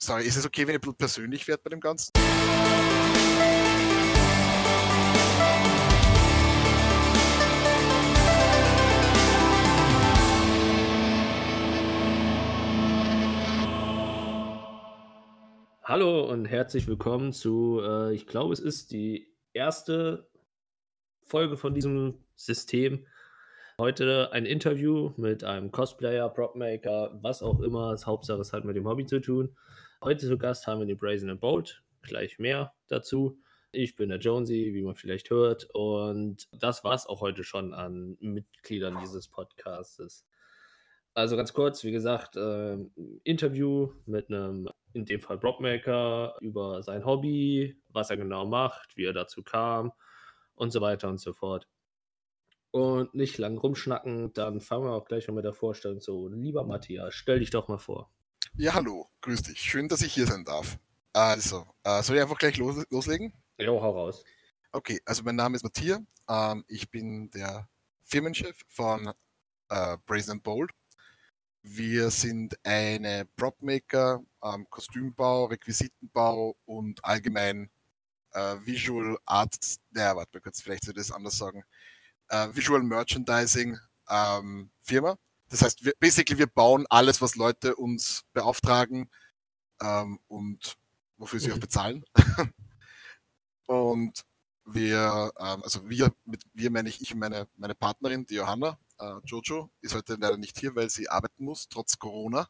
Sorry, ist es okay, wenn ich ein bisschen persönlich werde bei dem Ganzen? Hallo und herzlich willkommen zu, ich glaube, es ist die erste Folge von diesem System. Heute ein Interview mit einem Cosplayer, Propmaker, was auch immer. Hauptsache, es hat mit dem Hobby zu tun. Heute zu Gast haben wir den Brazen and Bold. Gleich mehr dazu. Ich bin der Jonesy, wie man vielleicht hört. Und das war es auch heute schon an Mitgliedern dieses Podcastes. Also ganz kurz, wie gesagt, Interview mit einem, in dem Fall Propmaker, über sein Hobby, was er genau macht, wie er dazu kam und so weiter und so fort. Und nicht lang rumschnacken, dann fangen wir auch gleich mal mit der Vorstellung so. Lieber Matthias, stell dich doch mal vor. Ja, hallo, grüß dich. Schön, dass ich hier sein darf. Also, soll ich einfach gleich loslegen? Jo, hau raus. Okay, also mein Name ist Matthias. Ich bin der Firmenchef von Brazen and Bold. Wir sind eine Propmaker, Kostümbau, Requisitenbau und allgemein Visual Arts, warte mal kurz, vielleicht soll ich das anders sagen. Visual Merchandising Firma. Das heißt, wir bauen alles, was Leute uns beauftragen und wofür sie auch bezahlen. Und wir meine ich und meine Partnerin, die Johanna, Jojo, ist heute leider nicht hier, weil sie arbeiten muss, trotz Corona.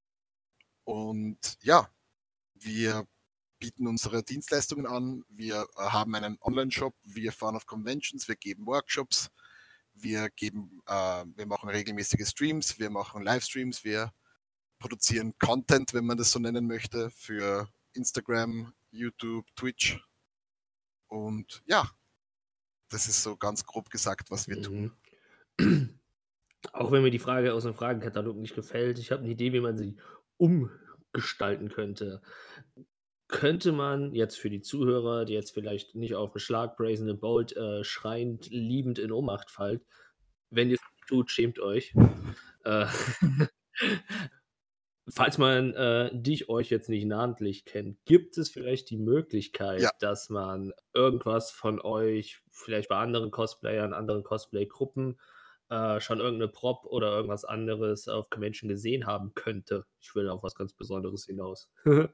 Und ja, wir bieten unsere Dienstleistungen an. Wir haben einen Online-Shop, wir fahren auf Conventions, wir geben Workshops, wir machen regelmäßige Streams, wir machen Livestreams, wir produzieren Content, wenn man das so nennen möchte, für Instagram, YouTube, Twitch. Und ja, das ist so ganz grob gesagt, was wir tun. Auch wenn mir die Frage aus dem Fragenkatalog nicht gefällt, ich habe eine Idee, wie man sie umgestalten könnte. Könnte man jetzt für die Zuhörer, die jetzt vielleicht nicht auf den Schlag Brazen and Bold schreiend, liebend in Ohnmacht fallt, wenn ihr es nicht tut, schämt euch. Falls man euch jetzt nicht namentlich kennt, gibt es vielleicht die Möglichkeit, dass man irgendwas von euch, vielleicht bei anderen Cosplayern, anderen Cosplay-Gruppen, schon irgendeine Prop oder irgendwas anderes auf Convention gesehen haben könnte? Ich will auf was ganz Besonderes hinaus.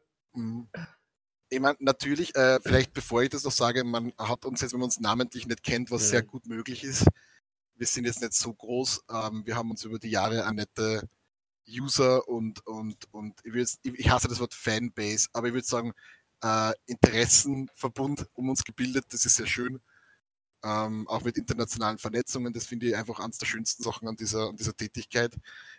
Ich meine, natürlich, vielleicht bevor ich das noch sage, man hat uns jetzt, wenn man uns namentlich nicht kennt, was sehr gut möglich ist. Wir sind jetzt nicht so groß. Wir haben uns über die Jahre eine nette User und ich hasse das Wort Fanbase, aber ich würde sagen, Interessenverbund um uns gebildet, das ist sehr schön. Auch mit internationalen Vernetzungen, das finde ich einfach eines der schönsten Sachen an dieser Tätigkeit.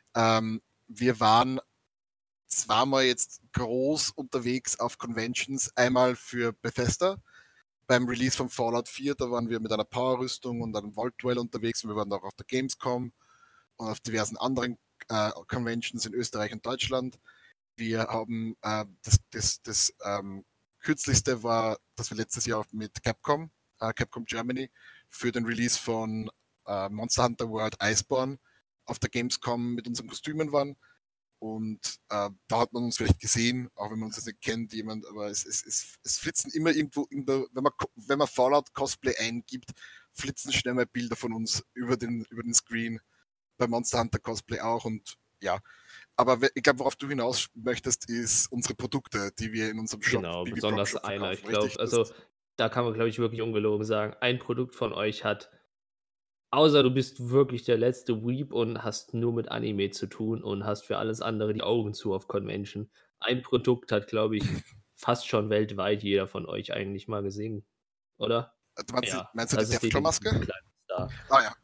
Wir waren zweimal jetzt groß unterwegs auf Conventions, einmal für Bethesda, beim Release von Fallout 4, da waren wir mit einer Power-Rüstung und einem Vault Dwell unterwegs und wir waren auch auf der Gamescom und auf diversen anderen Conventions in Österreich und Deutschland. Wir haben das kürzlichste war, dass wir letztes Jahr mit Capcom Germany, für den Release von Monster Hunter World Iceborne auf der Gamescom mit unseren Kostümen waren. Und da hat man uns vielleicht gesehen, auch wenn man uns das nicht kennt, aber es flitzen immer irgendwo, wenn man Fallout Cosplay eingibt, flitzen schnell mal Bilder von uns über den Screen, bei Monster Hunter Cosplay auch und ja. Aber ich glaube, worauf du hinaus möchtest, ist unsere Produkte, die wir in unserem Shop, genau, besonders einer. Ich glaube, also da kann man, glaube ich, wirklich ungelogen sagen, ein Produkt von euch hat, außer du bist wirklich der letzte Weeb und hast nur mit Anime zu tun und hast für alles andere die Augen zu auf Convention. Ein Produkt hat, glaube ich, fast schon weltweit jeder von euch eigentlich mal gesehen, oder? Meinst du die Deathclaw-Maske? Ah ja.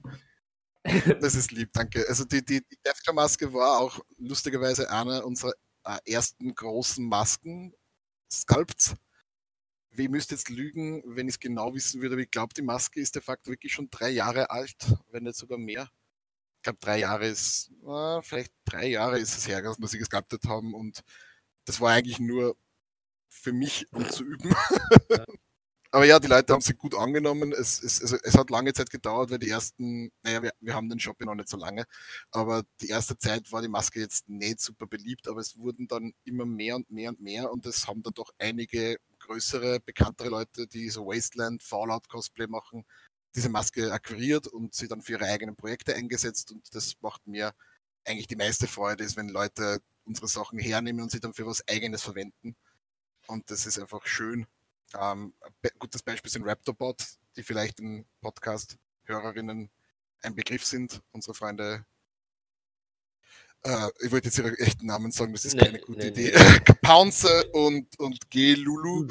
Das ist lieb, danke. Also die Deathclaw-Maske war auch lustigerweise eine unserer ersten großen Masken, Sculpts. Ich müsste jetzt lügen, wenn ich es genau wissen würde, aber ich glaube, die Maske ist de facto wirklich schon 3 Jahre alt, wenn nicht sogar mehr. Ich glaube, 3 Jahre ist, vielleicht 3 Jahre ist es her, dass wir sie gesculptet haben und das war eigentlich nur für mich, um zu üben. Aber ja, die Leute haben sich gut angenommen. Es hat lange Zeit gedauert, weil die ersten, wir haben den Shop ja noch nicht so lange, aber die erste Zeit war die Maske jetzt nicht super beliebt, aber es wurden dann immer mehr und mehr und mehr und es haben dann doch einige größere, bekanntere Leute, die so Wasteland, Fallout Cosplay machen, diese Maske akquiriert und sie dann für ihre eigenen Projekte eingesetzt und das macht mir eigentlich die meiste Freude, ist, wenn Leute unsere Sachen hernehmen und sie dann für was Eigenes verwenden. Und das ist einfach schön. Gutes Beispiel sind Raptorbot, die vielleicht den Podcast-Hörerinnen ein Begriff sind. Unsere Freunde, ich wollte jetzt ihre echten Namen sagen, das ist keine gute Idee. Pounce und G-Lulu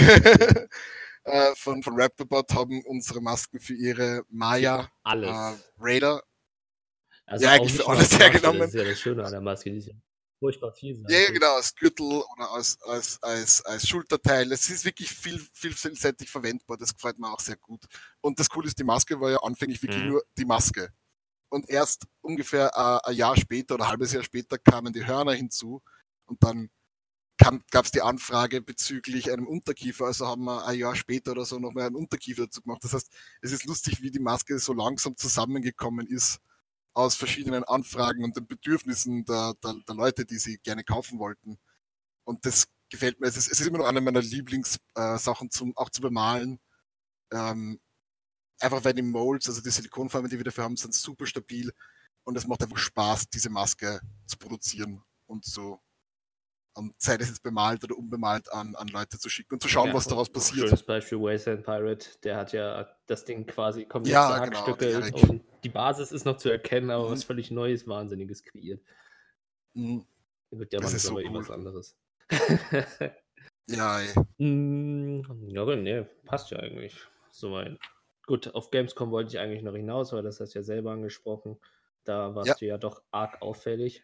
von Raptorbot haben unsere Masken für ihre Maya Raider. Also ja, eigentlich für alles hergenommen. Das ist ja das Schöne an der Maske, die ist ja furchtbar vielseitig. Ja, genau, als Gürtel oder als Schulterteil. Es ist wirklich vielseitig verwendbar. Das gefällt mir auch sehr gut. Und das Coole ist, die Maske war ja anfänglich wirklich nur die Maske. Und erst ungefähr ein Jahr später oder ein halbes Jahr später kamen die Hörner hinzu. Und dann gab es die Anfrage bezüglich einem Unterkiefer. Also haben wir ein Jahr später oder so nochmal einen Unterkiefer dazu gemacht. Das heißt, es ist lustig, wie die Maske so langsam zusammengekommen ist aus verschiedenen Anfragen und den Bedürfnissen der Leute, die sie gerne kaufen wollten. Und das gefällt mir. Es ist immer noch eine meiner Lieblingssachen auch zu bemalen. Einfach weil die Molds, also die Silikonformen, die wir dafür haben, sind super stabil und es macht einfach Spaß, diese Maske zu produzieren und so. Und sei das jetzt bemalt oder unbemalt an Leute zu schicken und zu schauen, was daraus passiert. Schönes Beispiel, Wasteland Pirate, der hat ja das Ding quasi komplett zerhackstückelt und die Basis ist noch zu erkennen, aber was völlig Neues, Wahnsinniges kreiert. Wird ja mal aber cool. Was anderes. Ja, ey. Ja, nee, passt ja eigentlich soweit. Gut, auf Gamescom wollte ich eigentlich noch hinaus, weil das hast du ja selber angesprochen. Da warst du ja doch arg auffällig.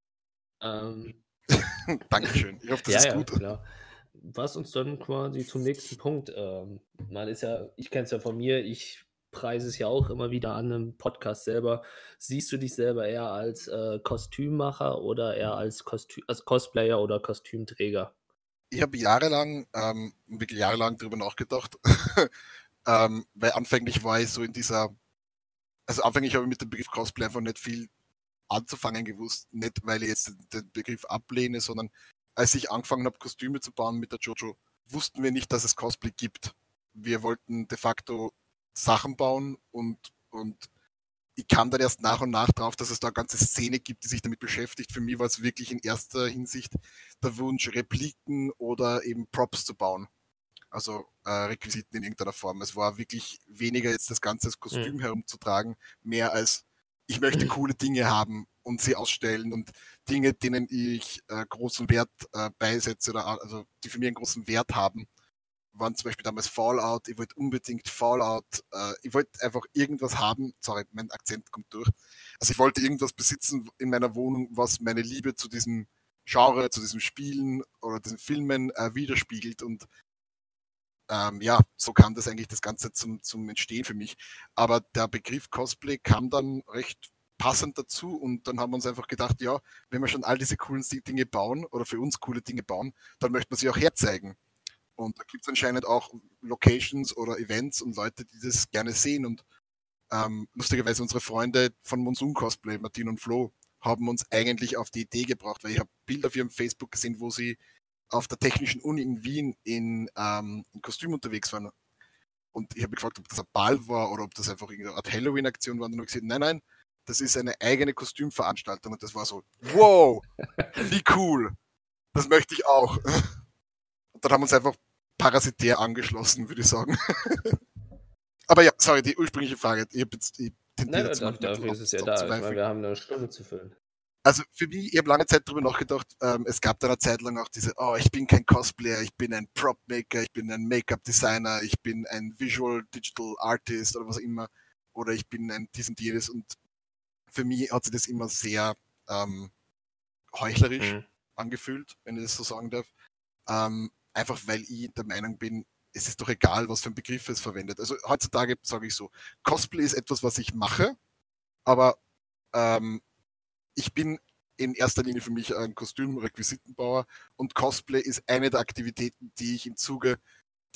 Dankeschön. Ich hoffe, das ist gut. Klar. Was uns dann quasi zum nächsten Punkt. Man ist ja, ich kenne es ja von mir, ich preise es ja auch immer wieder an im Podcast selber. Siehst du dich selber eher als Kostümmacher oder eher als Cosplayer oder Kostümträger? Ich habe wirklich jahrelang darüber nachgedacht, weil anfänglich war ich so in anfänglich habe ich mit dem Begriff Cosplay einfach nicht viel anzufangen gewusst, nicht weil ich jetzt den Begriff ablehne, sondern als ich angefangen habe, Kostüme zu bauen mit der Jojo, wussten wir nicht, dass es Cosplay gibt. Wir wollten de facto Sachen bauen und ich kam dann erst nach und nach drauf, dass es da eine ganze Szene gibt, die sich damit beschäftigt. Für mich war es wirklich in erster Hinsicht der Wunsch, Repliken oder eben Props zu bauen. Also Requisiten in irgendeiner Form. Es war wirklich weniger jetzt das ganze Kostüm herumzutragen, mehr als ich möchte coole Dinge haben und sie ausstellen und Dinge, denen ich großen Wert beisetze oder also die für mich einen großen Wert haben, waren zum Beispiel damals Fallout. Ich wollte unbedingt Fallout. Ich wollte einfach irgendwas haben. Sorry, mein Akzent kommt durch. Also ich wollte irgendwas besitzen in meiner Wohnung, was meine Liebe zu diesem Genre, zu diesen Spielen oder diesen Filmen widerspiegelt und so kam das eigentlich das Ganze zum Entstehen für mich. Aber der Begriff Cosplay kam dann recht passend dazu und dann haben wir uns einfach gedacht, ja, wenn wir schon all diese coolen Dinge bauen oder für uns coole Dinge bauen, dann möchte man sie auch herzeigen. Und da gibt es anscheinend auch Locations oder Events und Leute, die das gerne sehen. Und lustigerweise unsere Freunde von Monsoon Cosplay, Martin und Flo, haben uns eigentlich auf die Idee gebracht, weil ich habe Bilder auf ihrem Facebook gesehen, wo sie auf der Technischen Uni in Wien in Kostüm unterwegs waren. Und ich habe mich gefragt, ob das ein Ball war oder ob das einfach irgendeine Art Halloween-Aktion war. Und dann habe ich gesagt, nein, das ist eine eigene Kostümveranstaltung. Und das war so, wow, wie cool. Das möchte ich auch. Und dann haben wir uns einfach parasitär angeschlossen, würde ich sagen. Aber ja, sorry, die ursprüngliche Frage. Nein, dafür ist es ja da. Ich meine, wir haben eine Stunde zu füllen. Also für mich, ich habe lange Zeit darüber nachgedacht, es gab da eine Zeit lang auch diese, ich bin kein Cosplayer, ich bin ein Prop-Maker, ich bin ein Make-up-Designer, ich bin ein Visual Digital Artist oder was auch immer, oder ich bin ein dies und jenes und für mich hat sich das immer sehr heuchlerisch angefühlt, wenn ich das so sagen darf. Einfach weil ich der Meinung bin, es ist doch egal, was für ein Begriff es verwendet. Also heutzutage sage ich so, Cosplay ist etwas, was ich mache, aber ich bin in erster Linie für mich ein Kostümrequisitenbauer und Cosplay ist eine der Aktivitäten, die ich im Zuge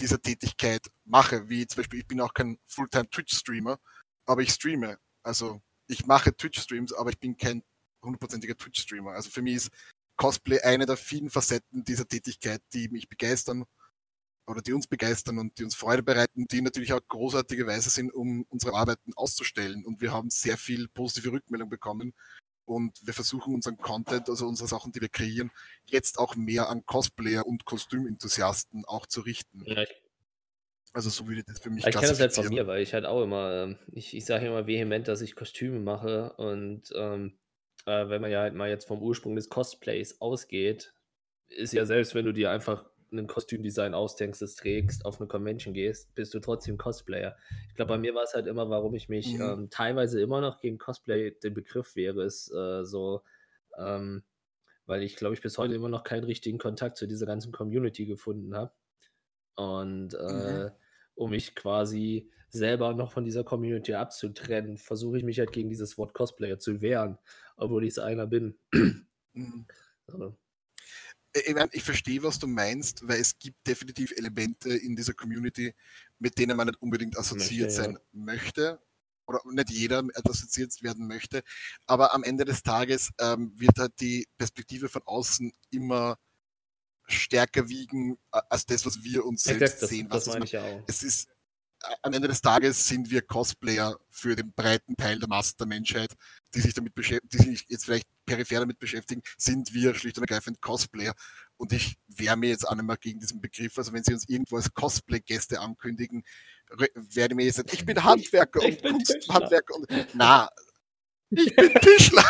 dieser Tätigkeit mache, wie zum Beispiel, ich bin auch kein Fulltime Twitch-Streamer, aber ich streame. Also ich mache Twitch-Streams, aber ich bin kein hundertprozentiger Twitch-Streamer. Also für mich ist Cosplay eine der vielen Facetten dieser Tätigkeit, die mich begeistern oder die uns begeistern und die uns Freude bereiten, die natürlich auch großartige Weise sind, um unsere Arbeiten auszustellen. Und wir haben sehr viel positive Rückmeldung bekommen. Und wir versuchen unseren Content, also unsere Sachen, die wir kreieren, jetzt auch mehr an Cosplayer und Kostümenthusiasten auch zu richten. Ja, Also so würde ich das für mich ich kenne das halt von klassifizieren. mir, weil ich halt auch immer, ich sage immer vehement, dass ich Kostüme mache und wenn man ja halt mal jetzt vom Ursprung des Cosplays ausgeht, ist ja selbst, wenn du dir einfach ein Kostümdesign ausdenkst, das trägst, auf eine Convention gehst, bist du trotzdem Cosplayer. Ich glaube, bei mir war es halt immer, warum ich mich Mhm. teilweise immer noch gegen Cosplay den Begriff wäre, ist ähm, weil ich glaube, ich bis heute immer noch keinen richtigen Kontakt zu dieser ganzen Community gefunden habe. Und Mhm. um mich quasi selber noch von dieser Community abzutrennen, versuche ich mich halt gegen dieses Wort Cosplayer zu wehren, obwohl ich einer bin. Mhm. Also, Ich meine, ich verstehe, was du meinst, weil es gibt definitiv Elemente in dieser Community, mit denen man nicht unbedingt möchte, assoziiert ja. sein möchte. Oder nicht jeder assoziiert werden möchte. Aber am Ende des Tages wird halt die Perspektive von außen immer stärker wiegen als das, was wir uns Exakt, selbst das, sehen. das Was meine man, ich ja auch. es ist am Ende des Tages sind wir Cosplayer für den breiten Teil der Masse der Menschheit, die sich damit beschäftigen, die sich jetzt vielleicht peripher damit beschäftigen, sind wir schlicht und ergreifend Cosplayer. Und ich wehre mir jetzt auch nicht mehr gegen diesen Begriff. Also wenn Sie uns irgendwo als Cosplay-Gäste ankündigen, werde ich mir jetzt sagen, ich bin Handwerker Ich und bin Tischler. Kunsthandwerker und na, ich bin Tischler.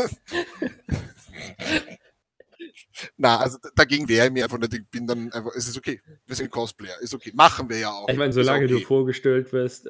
Na, also dagegen wehre ich mir einfach nicht. Ich bin dann einfach, es ist okay. Wir sind Cosplayer, ist okay. Machen wir ja auch. Ich meine, Ist solange du okay. vorgestellt wirst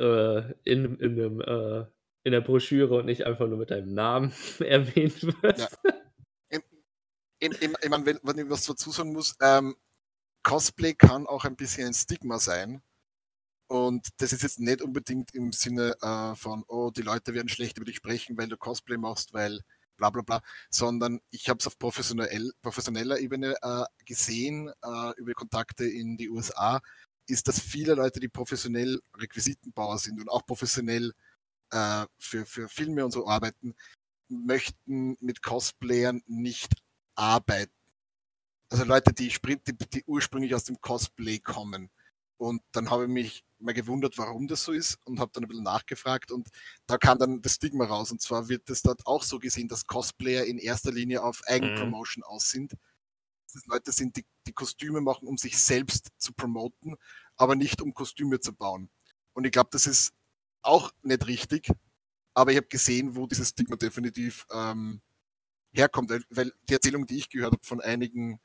in der Broschüre und nicht einfach nur mit deinem Namen erwähnt Ja. wirst. Ich meine, wenn ich was dazu sagen muss, Cosplay kann auch ein bisschen ein Stigma sein. Und das ist jetzt nicht unbedingt im Sinne von, oh, die Leute werden schlecht über dich sprechen, weil du Cosplay machst, weil bla bla bla, sondern ich habe es auf professioneller Ebene gesehen, über Kontakte in die USA, ist, dass viele Leute, die professionell Requisitenbauer sind und auch professionell für Filme und so arbeiten, möchten mit Cosplayern nicht arbeiten. Also Leute, die ursprünglich aus dem Cosplay kommen. Und dann habe ich mich mal gewundert, warum das so ist und habe dann ein bisschen nachgefragt und da kam dann das Stigma raus. Und zwar wird es dort auch so gesehen, dass Cosplayer in erster Linie auf Mhm. Eigenpromotion aus sind. Dass es Leute sind, die Kostüme machen, um sich selbst zu promoten, aber nicht um Kostüme zu bauen. Und ich glaube, das ist auch nicht richtig, aber ich habe gesehen, wo dieses Stigma definitiv herkommt, weil die Erzählung, die ich gehört habe von einigen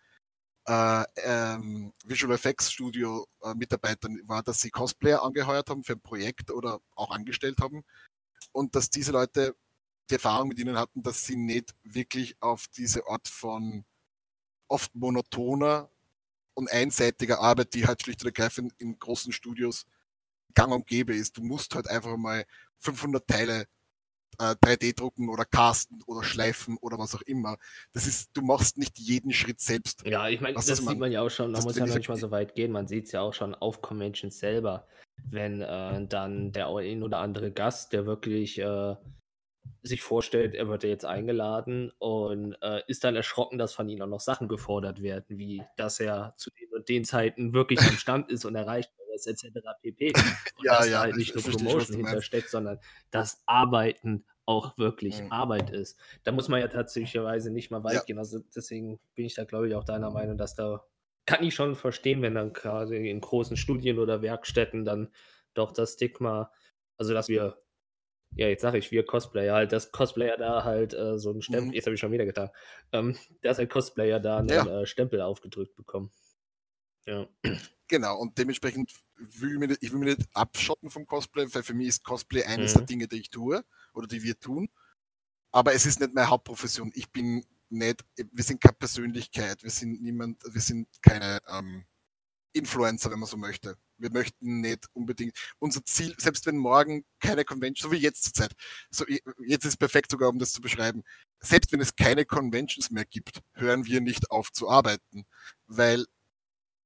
Visual Effects Studio Mitarbeitern war, dass sie Cosplayer angeheuert haben für ein Projekt oder auch angestellt haben und dass diese Leute die Erfahrung mit ihnen hatten, dass sie nicht wirklich auf diese Art von oft monotoner und einseitiger Arbeit, die halt schlicht und ergreifend in großen Studios gang und gäbe ist. Du musst halt einfach mal 500 Teile 3D drucken oder casten oder schleifen oder was auch immer. Das ist, du machst nicht jeden Schritt selbst. Ja, ich meine, Was das das sieht man, man ja auch schon, man das, muss wenn ja noch dieser, nicht mal so weit gehen. Man sieht es ja auch schon auf Conventions selber, wenn dann der ein oder andere Gast, der wirklich sich vorstellt, er wird ja jetzt eingeladen und ist dann erschrocken, dass von ihm auch noch Sachen gefordert werden, wie dass er zu den und den Zeiten wirklich am Stand ist und erreichbar ist, etc. pp. Und ja, dass da ja, halt nicht nur verstehe ich, was Promotion du meinst. hintersteckt, sondern dass Arbeiten auch wirklich Mhm. Arbeit ist. Da muss man ja tatsächlicherweise nicht mal Ja, weit gehen. Also deswegen bin ich da, glaube ich, auch deiner Meinung, dass da kann ich schon verstehen, wenn dann gerade in großen Studien oder Werkstätten dann doch das Stigma, also dass wir ja, jetzt sage ich, wir Cosplayer halt, dass Cosplayer da halt so einen mhm. Stempel, jetzt habe ich schon wieder getan, dass halt Cosplayer da einen Ja, Stempel aufgedrückt bekommen. Ja. genau. Und dementsprechend ich will mich nicht abschotten vom Cosplay, weil für mich ist Cosplay eines der Mhm. Dinge, die ich tue oder die wir tun. Aber es ist nicht meine Hauptprofession. Ich bin nicht, wir sind keine Persönlichkeit, wir sind niemand, wir sind keine Influencer, wenn man so möchte. Wir möchten nicht unbedingt unser Ziel, selbst wenn morgen keine Convention, so wie jetzt zur Zeit, so jetzt ist es perfekt sogar, um das zu beschreiben. Selbst wenn es keine Conventions mehr gibt, hören wir nicht auf zu arbeiten, weil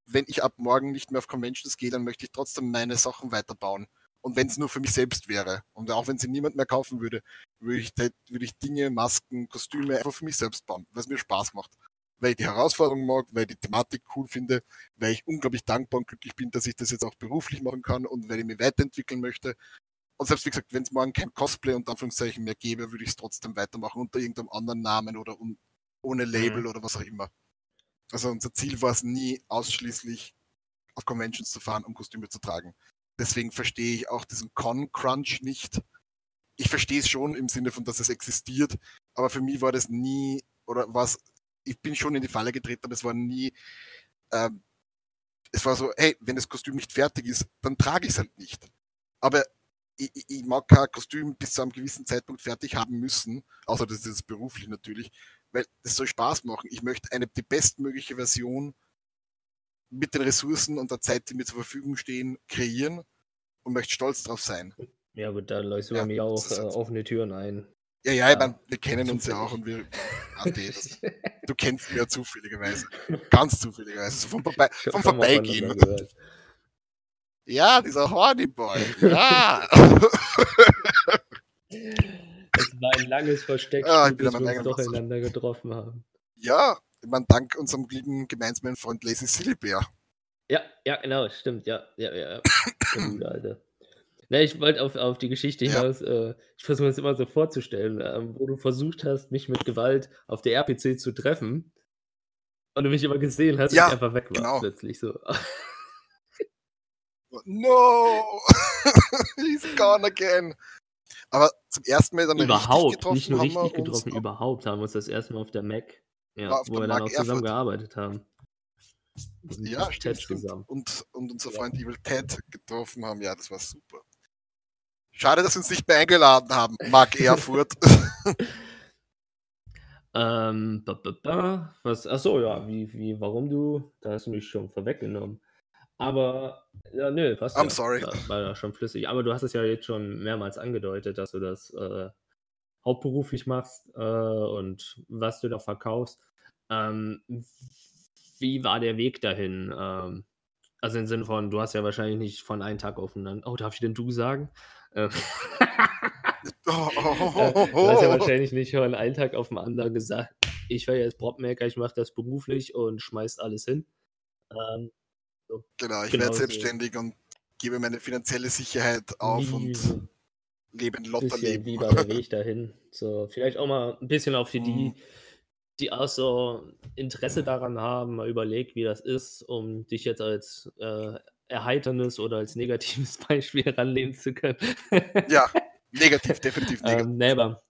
wenn ich ab morgen nicht mehr auf Conventions gehe, dann möchte ich trotzdem meine Sachen weiterbauen. Und wenn es nur für mich selbst wäre und auch wenn sie niemand mehr kaufen würde, würde ich Dinge, Masken, Kostüme einfach für mich selbst bauen, weil es mir Spaß macht. Weil ich die Herausforderung mag, weil ich die Thematik cool finde, weil ich unglaublich dankbar und glücklich bin, dass ich das jetzt auch beruflich machen kann und weil ich mich weiterentwickeln möchte. Und selbst wie gesagt, wenn es morgen kein Cosplay und Anführungszeichen mehr gäbe, würde ich es trotzdem weitermachen unter irgendeinem anderen Namen oder ohne Label oder was auch immer. Also unser Ziel war es nie ausschließlich auf Conventions zu fahren, um Kostüme zu tragen. Deswegen verstehe ich auch diesen Con-Crunch nicht. Ich verstehe es schon im Sinne von, dass es existiert, aber für mich war das nie, oder was, ich bin schon in die Falle getreten, aber es war nie, ähm, es war so, hey, wenn das Kostüm nicht fertig ist, dann trage ich es halt nicht. Aber ich mag kein Kostüm bis zu einem gewissen Zeitpunkt fertig haben müssen, außer das ist jetzt beruflich natürlich, weil das soll Spaß machen. Ich möchte die bestmögliche Version mit den Ressourcen und der Zeit, die mir zur Verfügung stehen, kreieren und möchte stolz drauf sein. Ja, gut, da läufst du bei Ja, mir auch halt so. offene Türen ein. Ja, ich mein, wir kennen uns ja auch und du kennst mich ja zufälligerweise. Ganz zufälligerweise. So vom Vorbeigehen. Ja, dieser Hornyboy. Ja. Es war ein langes Versteck, bis wir uns doch einander getroffen haben. Ja, ich meine, dank unserem lieben gemeinsamen Freund Lazy Sillybear. Ja, genau, stimmt, ja. Der gute Alter. Ne, ich wollte auf die Geschichte hinaus, ich versuche mir das immer so vorzustellen, wo du versucht hast, mich mit Gewalt auf der RPC zu treffen und du mich immer gesehen hast und ich einfach weg war plötzlich so. No! He's gone again. Aber zum ersten Mal dann richtig getroffen. Nicht nur richtig getroffen, überhaupt haben wir uns das erste Mal auf der Mac, wo wir dann auch zusammen gearbeitet haben. Ja, stimmt. Und unser Freund Evil Ted getroffen haben. Ja, das war super. Schade, dass wir uns nicht mehr eingeladen haben, Mark Erfurt. Achso, ja, warum du? Da hast du mich schon vorweggenommen. Aber, ja, nö, passt ja. Sorry. War ja schon flüssig. Aber du hast es ja jetzt schon mehrmals angedeutet, dass du das hauptberuflich machst und was du da verkaufst. Wie war der Weg dahin? Also im Sinne von, du hast ja wahrscheinlich nicht von einem Tag auf den anderen. Oh, darf ich denn du sagen? Du hast ja wahrscheinlich nicht von einem Tag auf den anderen gesagt, ich werde jetzt Propmaker, ich mache das beruflich und schmeißt alles hin. Genau, ich werde selbstständig und gebe meine finanzielle Sicherheit auf und lebe ein Lotterleben. Wie war der Weg dahin? So, vielleicht auch mal ein bisschen auch für die auch so Interesse daran haben, mal überlegt, wie das ist, um dich jetzt als erheiterndes oder als negatives Beispiel herannehmen zu können. Ja, negativ, definitiv negativ. Aber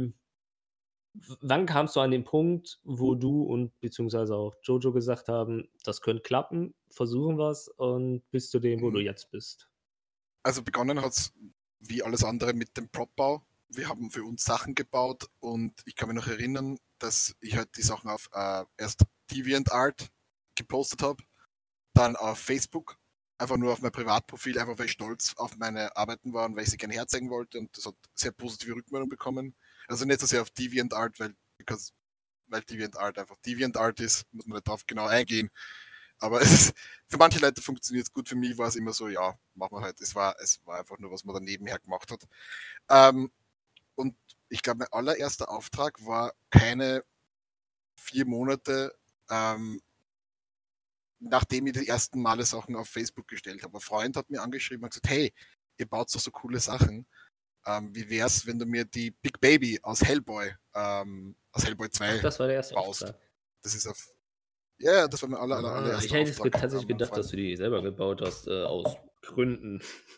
wann kamst du an den Punkt, wo du und beziehungsweise auch Jojo gesagt haben, das könnte klappen, versuchen wir es und bis zu dem, wo du jetzt bist? Also begonnen hat es wie alles andere mit dem Propbau. Wir haben für uns Sachen gebaut und ich kann mich noch erinnern, dass ich halt die Sachen auf erst DeviantArt gepostet habe, dann auf Facebook, einfach nur auf mein Privatprofil, einfach weil ich stolz auf meine Arbeiten war und weil ich sie gerne herzeigen wollte und das hat sehr positive Rückmeldung bekommen. Also nicht so sehr auf DeviantArt, weil DeviantArt einfach DeviantArt ist, muss man nicht drauf genau eingehen. Aber für manche Leute funktioniert es gut, für mich war es immer so, ja, machen wir halt. Es war einfach nur, was man dann nebenher gemacht hat. Und ich glaube, mein allererster Auftrag war keine 4 Monate, nachdem ich die ersten Male Sachen auf Facebook gestellt habe. Ein Freund hat mir angeschrieben und gesagt, hey, ihr baut doch so coole Sachen. Wie wär's, wenn du mir die Big Baby aus Hellboy 2 das war der erste baust? Auftrag. Das ist das war mein allererster Ich hätte jetzt tatsächlich gedacht, dass du die selber gebaut hast, aus Gründen.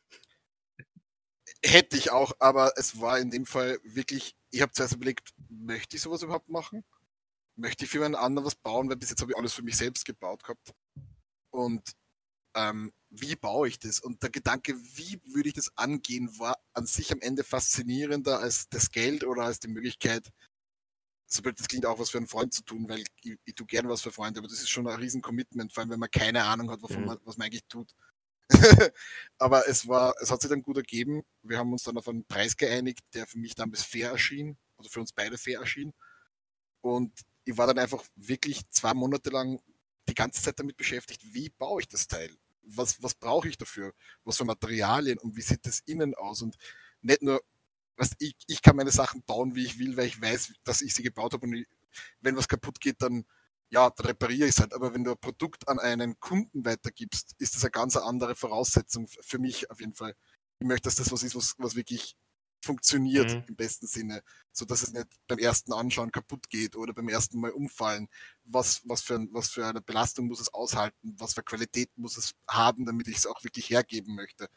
Hätte ich auch, aber es war in dem Fall wirklich, ich habe zuerst überlegt, möchte ich sowas überhaupt machen? Möchte ich für einen anderen was bauen? Weil bis jetzt habe ich alles für mich selbst gebaut gehabt. Und wie baue ich das? Und der Gedanke, wie würde ich das angehen, war an sich am Ende faszinierender als das Geld oder als die Möglichkeit, sobald das klingt auch was für einen Freund zu tun, weil ich tue gerne was für Freunde, aber das ist schon ein riesen Commitment, vor allem wenn man keine Ahnung hat, was man eigentlich tut. Aber es hat sich dann gut ergeben. Wir haben uns dann auf einen Preis geeinigt, der für mich damals fair erschien, also für uns beide fair erschien. Und ich war dann einfach wirklich 2 Monate lang die ganze Zeit damit beschäftigt, wie baue ich das Teil? Was brauche ich dafür? Was für Materialien und wie sieht das innen aus? Und nicht nur, ich kann meine Sachen bauen, wie ich will, weil ich weiß, dass ich sie gebaut habe und wenn was kaputt geht, dann ja, dann repariere ich es halt. Aber wenn du ein Produkt an einen Kunden weitergibst, ist das eine ganz andere Voraussetzung für mich auf jeden Fall. Ich möchte, dass das was ist, was wirklich funktioniert im besten Sinne, so dass es nicht beim ersten Anschauen kaputt geht oder beim ersten Mal umfallen. Was für eine Belastung muss es aushalten? Was für Qualität muss es haben, damit ich es auch wirklich hergeben möchte?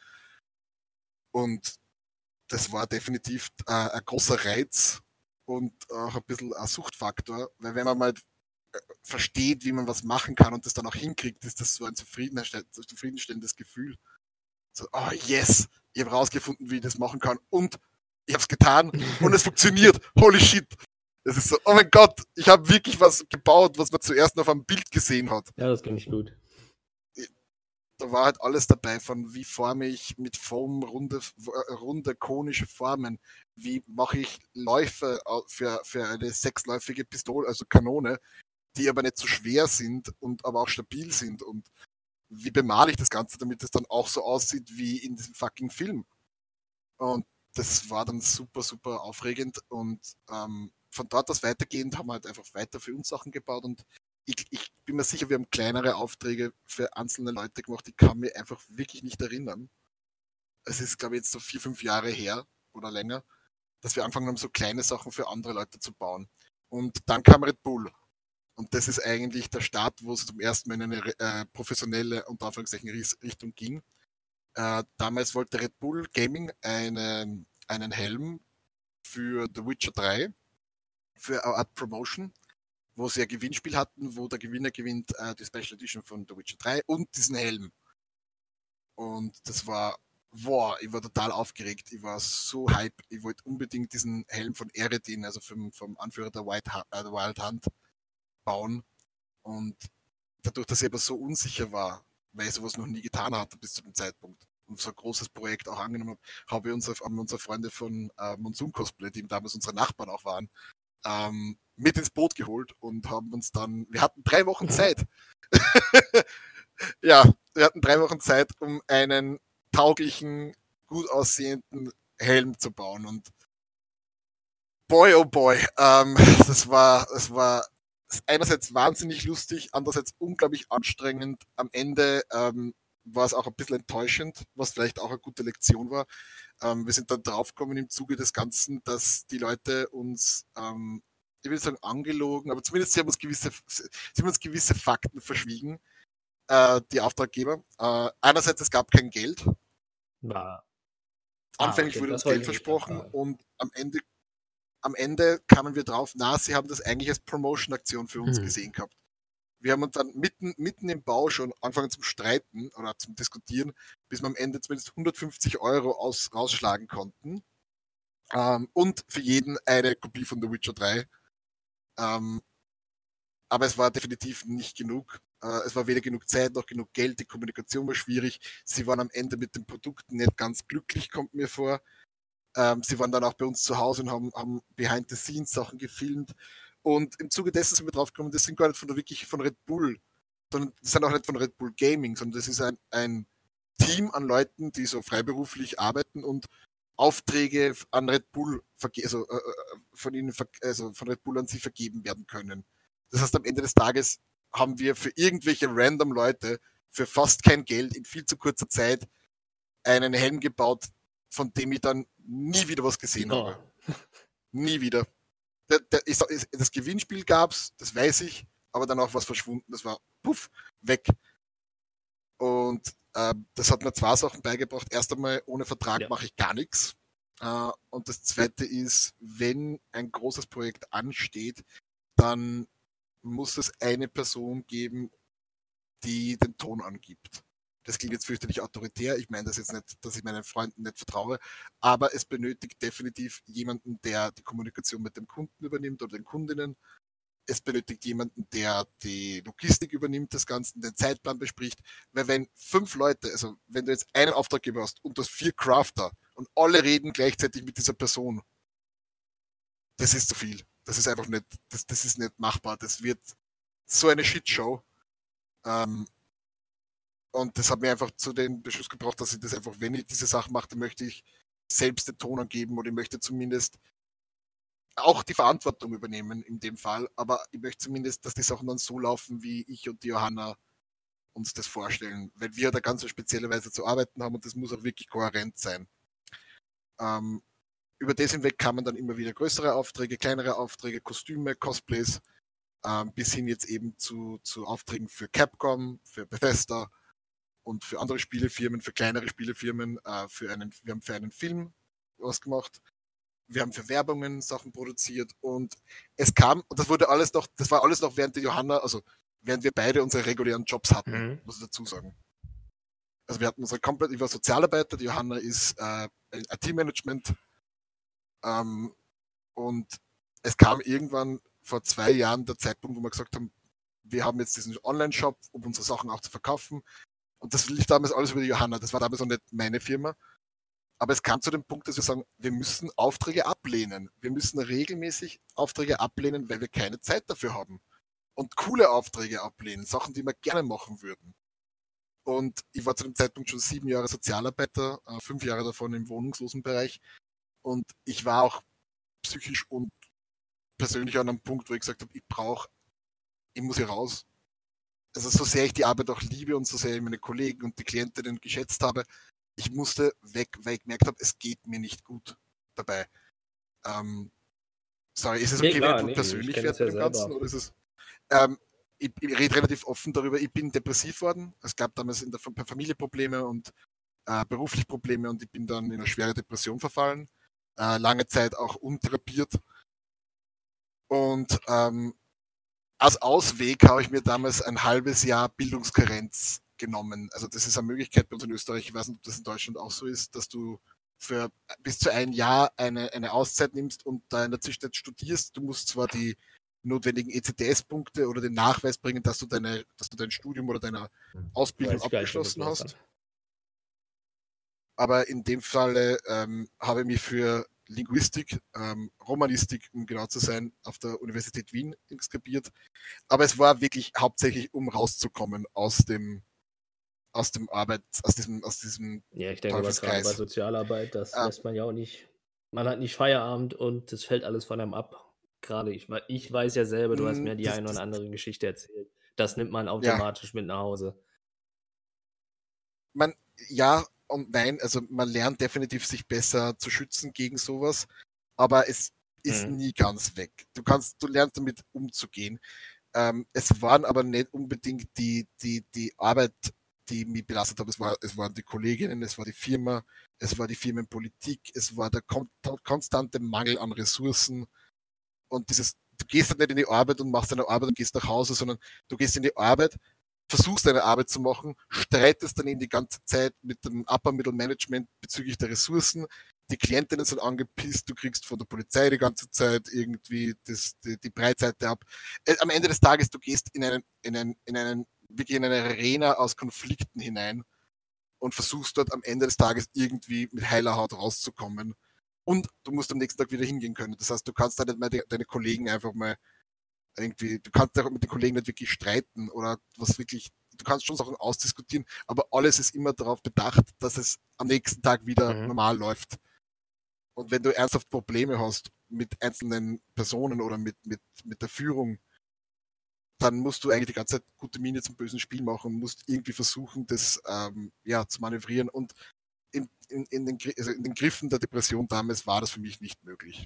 Und das war definitiv ein großer Reiz und auch ein bisschen ein Suchtfaktor, weil wenn man mal versteht, wie man was machen kann und das dann auch hinkriegt, ist das so ein zufriedenstellendes Gefühl. So, oh yes, ich habe rausgefunden, wie ich das machen kann und ich habe es getan und es funktioniert. Holy shit. Es ist so, oh mein Gott, ich habe wirklich was gebaut, was man zuerst noch auf einem Bild gesehen hat. Ja, das kenne ich gut. Da war halt alles dabei, von wie forme ich mit Foam runde konische Formen, wie mache ich Läufe für eine sechsläufige Pistole, also Kanone, die aber nicht so schwer sind und aber auch stabil sind und wie bemale ich das Ganze, damit es dann auch so aussieht wie in diesem fucking Film. Und das war dann super, super aufregend und von dort aus weitergehend haben wir halt einfach weiter für uns Sachen gebaut und ich bin mir sicher, wir haben kleinere Aufträge für einzelne Leute gemacht, ich kann mich einfach wirklich nicht erinnern. Es ist, glaube ich, jetzt so 4, 5 Jahre her oder länger, dass wir angefangen haben, so kleine Sachen für andere Leute zu bauen. Und dann kam Red Bull. Und das ist eigentlich der Start, wo es zum ersten Mal in eine professionelle, unter Anführungszeichen, Richtung ging. Damals wollte Red Bull Gaming einen Helm für The Witcher 3, für eine Art Promotion, wo sie ein Gewinnspiel hatten, wo der Gewinner gewinnt die Special Edition von The Witcher 3 und diesen Helm. Und das war, boah, ich war total aufgeregt, ich war so hype, ich wollte unbedingt diesen Helm von Eredin, also vom Anführer der Wild Hunt, bauen. Und dadurch, dass ich aber so unsicher war, weil ich sowas noch nie getan hatte bis zu dem Zeitpunkt und so ein großes Projekt auch angenommen habe, haben unsere Freunde von Monsoon Cosplay, die damals unsere Nachbarn auch waren, mit ins Boot geholt und haben uns dann, wir hatten 3 Wochen Zeit. Ja, wir hatten 3 Wochen Zeit, um einen tauglichen, gut aussehenden Helm zu bauen und boy, oh boy, das war einerseits wahnsinnig lustig, andererseits unglaublich anstrengend. Am Ende war es auch ein bisschen enttäuschend, was vielleicht auch eine gute Lektion war. Wir sind dann draufgekommen im Zuge des Ganzen, dass die Leute uns, ich will sagen, angelogen, aber zumindest sie haben uns gewisse Fakten verschwiegen, die Auftraggeber. Einerseits, es gab kein Geld. War. Anfänglich Okay, wurde das uns wollte Geld ich nicht versprochen fragen. und am Ende kamen wir drauf, sie haben das eigentlich als Promotion-Aktion für uns gesehen gehabt. Wir haben uns dann mitten im Bau schon angefangen zum Streiten oder zum Diskutieren, bis wir am Ende zumindest 150 Euro rausschlagen konnten. Und für jeden eine Kopie von The Witcher 3. Aber es war definitiv nicht genug. Es war weder genug Zeit noch genug Geld, die Kommunikation war schwierig. Sie waren am Ende mit den Produkten nicht ganz glücklich, kommt mir vor. Sie waren dann auch bei uns zu Hause und haben Behind-the-Scenes-Sachen gefilmt. Und im Zuge dessen sind wir draufgekommen, das sind gar nicht wirklich von Red Bull, sondern das sind auch nicht von Red Bull Gaming, sondern das ist ein Team an Leuten, die so freiberuflich arbeiten und Aufträge an Red Bull von Red Bull an sie vergeben werden können. Das heißt, am Ende des Tages haben wir für irgendwelche random Leute für fast kein Geld in viel zu kurzer Zeit einen Helm gebaut, von dem ich dann nie wieder was gesehen habe. Nie wieder. Das Gewinnspiel gab's, das weiß ich, aber dann auch was verschwunden. Das war puff, weg. Und das hat mir 2 Sachen beigebracht. Erst einmal, ohne Vertrag mache ich gar nichts. Und das zweite ist, wenn ein großes Projekt ansteht, dann muss es eine Person geben, die den Ton angibt. Das klingt jetzt fürchterlich autoritär. Ich meine das jetzt nicht, dass ich meinen Freunden nicht vertraue, aber es benötigt definitiv jemanden, der die Kommunikation mit dem Kunden übernimmt oder den Kundinnen. Es benötigt jemanden, der die Logistik übernimmt, das Ganze, den Zeitplan bespricht. Weil wenn 5 Leute, also wenn du jetzt einen Auftraggeber hast und du hast 4 Crafter und alle reden gleichzeitig mit dieser Person, das ist zu viel. Das ist einfach nicht, das ist nicht machbar. Das wird so eine Shitshow. Und das hat mir einfach zu dem Beschluss gebracht, dass ich das einfach, wenn ich diese Sachen mache, dann möchte ich selbst den Ton angeben oder ich möchte zumindest auch die Verantwortung übernehmen in dem Fall, aber ich möchte zumindest, dass die Sachen dann so laufen, wie ich und die Johanna uns das vorstellen, weil wir da ganz spezielle Weise zu arbeiten haben und das muss auch wirklich kohärent sein. Über das hinweg kamen dann immer wieder größere Aufträge, kleinere Aufträge, Kostüme, Cosplays, bis hin jetzt eben zu Aufträgen für Capcom, für Bethesda und für andere Spielefirmen, für kleinere Spielefirmen. Wir haben für einen Film was gemacht. Wir haben für Werbungen Sachen produziert und es kam, und das war alles noch während der Johanna, also während wir beide unsere regulären Jobs hatten, muss ich dazu sagen. Also wir hatten ich war Sozialarbeiter, die Johanna ist IT-Management, und es kam irgendwann vor 2 Jahren der Zeitpunkt, wo wir gesagt haben, wir haben jetzt diesen Online-Shop, um unsere Sachen auch zu verkaufen. Und das lief damals alles über die Johanna. Das war damals noch nicht meine Firma. Aber es kam zu dem Punkt, dass wir sagen, wir müssen Aufträge ablehnen. Wir müssen regelmäßig Aufträge ablehnen, weil wir keine Zeit dafür haben. Und coole Aufträge ablehnen, Sachen, die wir gerne machen würden. Und ich war zu dem Zeitpunkt schon 7 Jahre Sozialarbeiter, 5 Jahre davon im Wohnungslosenbereich. Und ich war auch psychisch und persönlich an einem Punkt, wo ich gesagt habe, ich muss hier raus. Also so sehr ich die Arbeit auch liebe und so sehr ich meine Kollegen und die Klientinnen geschätzt habe, ich musste weg, weil ich gemerkt habe, es geht mir nicht gut dabei. Sorry, ist es okay, wenn ich persönlich werde mit dem Ganzen? Oder ist es, ich rede relativ offen darüber, ich bin depressiv worden. Es gab damals in der Familie Probleme und beruflich Probleme und ich bin dann in eine schwere Depression verfallen. Lange Zeit auch untherapiert. Und als Ausweg habe ich mir damals ein halbes Jahr Bildungskarenz genommen. Also das ist eine Möglichkeit bei uns in Österreich, ich weiß nicht, ob das in Deutschland auch so ist, dass du für bis zu ein Jahr eine Auszeit nimmst und da in der Zwischenzeit studierst. Du musst zwar die notwendigen ECTS-Punkte oder den Nachweis bringen, dass du dein Studium oder deine Ausbildung abgeschlossen hast. Aber in dem Falle habe ich mich für Linguistik, Romanistik, um genau zu sein, auf der Universität Wien inskribiert. Aber es war wirklich hauptsächlich, um rauszukommen aus diesem ja, ich denke, gerade bei Sozialarbeit, das lässt man ja auch nicht. Man hat nicht Feierabend und es fällt alles von einem ab. Gerade ich weiß ja selber, du hast mir die eine oder andere Geschichte erzählt. Das nimmt man automatisch mit nach Hause. Ja und nein, also man lernt definitiv, sich besser zu schützen gegen sowas, aber es ist nie ganz weg. Du lernst damit umzugehen. Es waren aber nicht unbedingt die Arbeit, die mich belastet hat. Es waren die Kolleginnen, es war die Firma, es war die Firmenpolitik, es war der konstante Mangel an Ressourcen und du gehst halt nicht in die Arbeit und machst deine Arbeit und gehst nach Hause, sondern du gehst in die Arbeit, versuchst deine Arbeit zu machen, streitest dann eben die ganze Zeit mit dem Upper Middle Management bezüglich der Ressourcen. Die Klientinnen sind angepisst, du kriegst von der Polizei die ganze Zeit irgendwie die Breitseite ab. Am Ende des Tages, du gehst wirklich in eine Arena aus Konflikten hinein und versuchst dort am Ende des Tages irgendwie mit heiler Haut rauszukommen. Und du musst am nächsten Tag wieder hingehen können. Das heißt, du kannst da nicht mal deine Kollegen einfach mal irgendwie, du kannst auch mit den Kollegen nicht wirklich streiten oder was wirklich, du kannst schon Sachen ausdiskutieren, aber alles ist immer darauf bedacht, dass es am nächsten Tag wieder normal läuft. Und wenn du ernsthaft Probleme hast mit einzelnen Personen oder mit der Führung, dann musst du eigentlich die ganze Zeit gute Miene zum bösen Spiel machen und musst irgendwie versuchen, das zu manövrieren. Und in den Griffen der Depression damals war das für mich nicht möglich.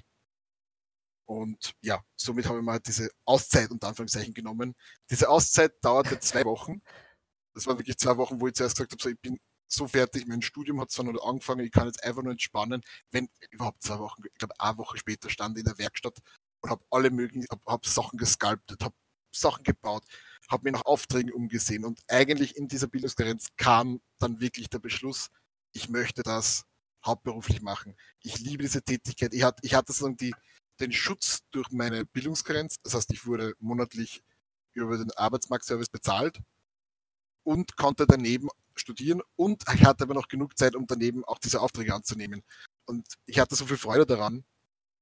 Und ja, somit habe ich mal diese Auszeit unter Anführungszeichen genommen. Diese Auszeit dauerte 2 Wochen. Das waren wirklich 2 Wochen, wo ich zuerst gesagt habe, so, ich bin so fertig, mein Studium hat zwar noch angefangen, ich kann jetzt einfach nur entspannen. Wenn überhaupt 2 Wochen, ich glaube, eine Woche später stand ich in der Werkstatt und habe alle möglichen, habe Sachen gesculptet, habe Sachen gebaut, habe mir nach Aufträgen umgesehen und eigentlich in dieser Bildungskarenz kam dann wirklich der Beschluss, ich möchte das hauptberuflich machen. Ich liebe diese Tätigkeit. Ich hatte sozusagen den Schutz durch meine Bildungskarenz. Das heißt, ich wurde monatlich über den Arbeitsmarktservice bezahlt und konnte daneben studieren und ich hatte aber noch genug Zeit, um daneben auch diese Aufträge anzunehmen. Und ich hatte so viel Freude daran,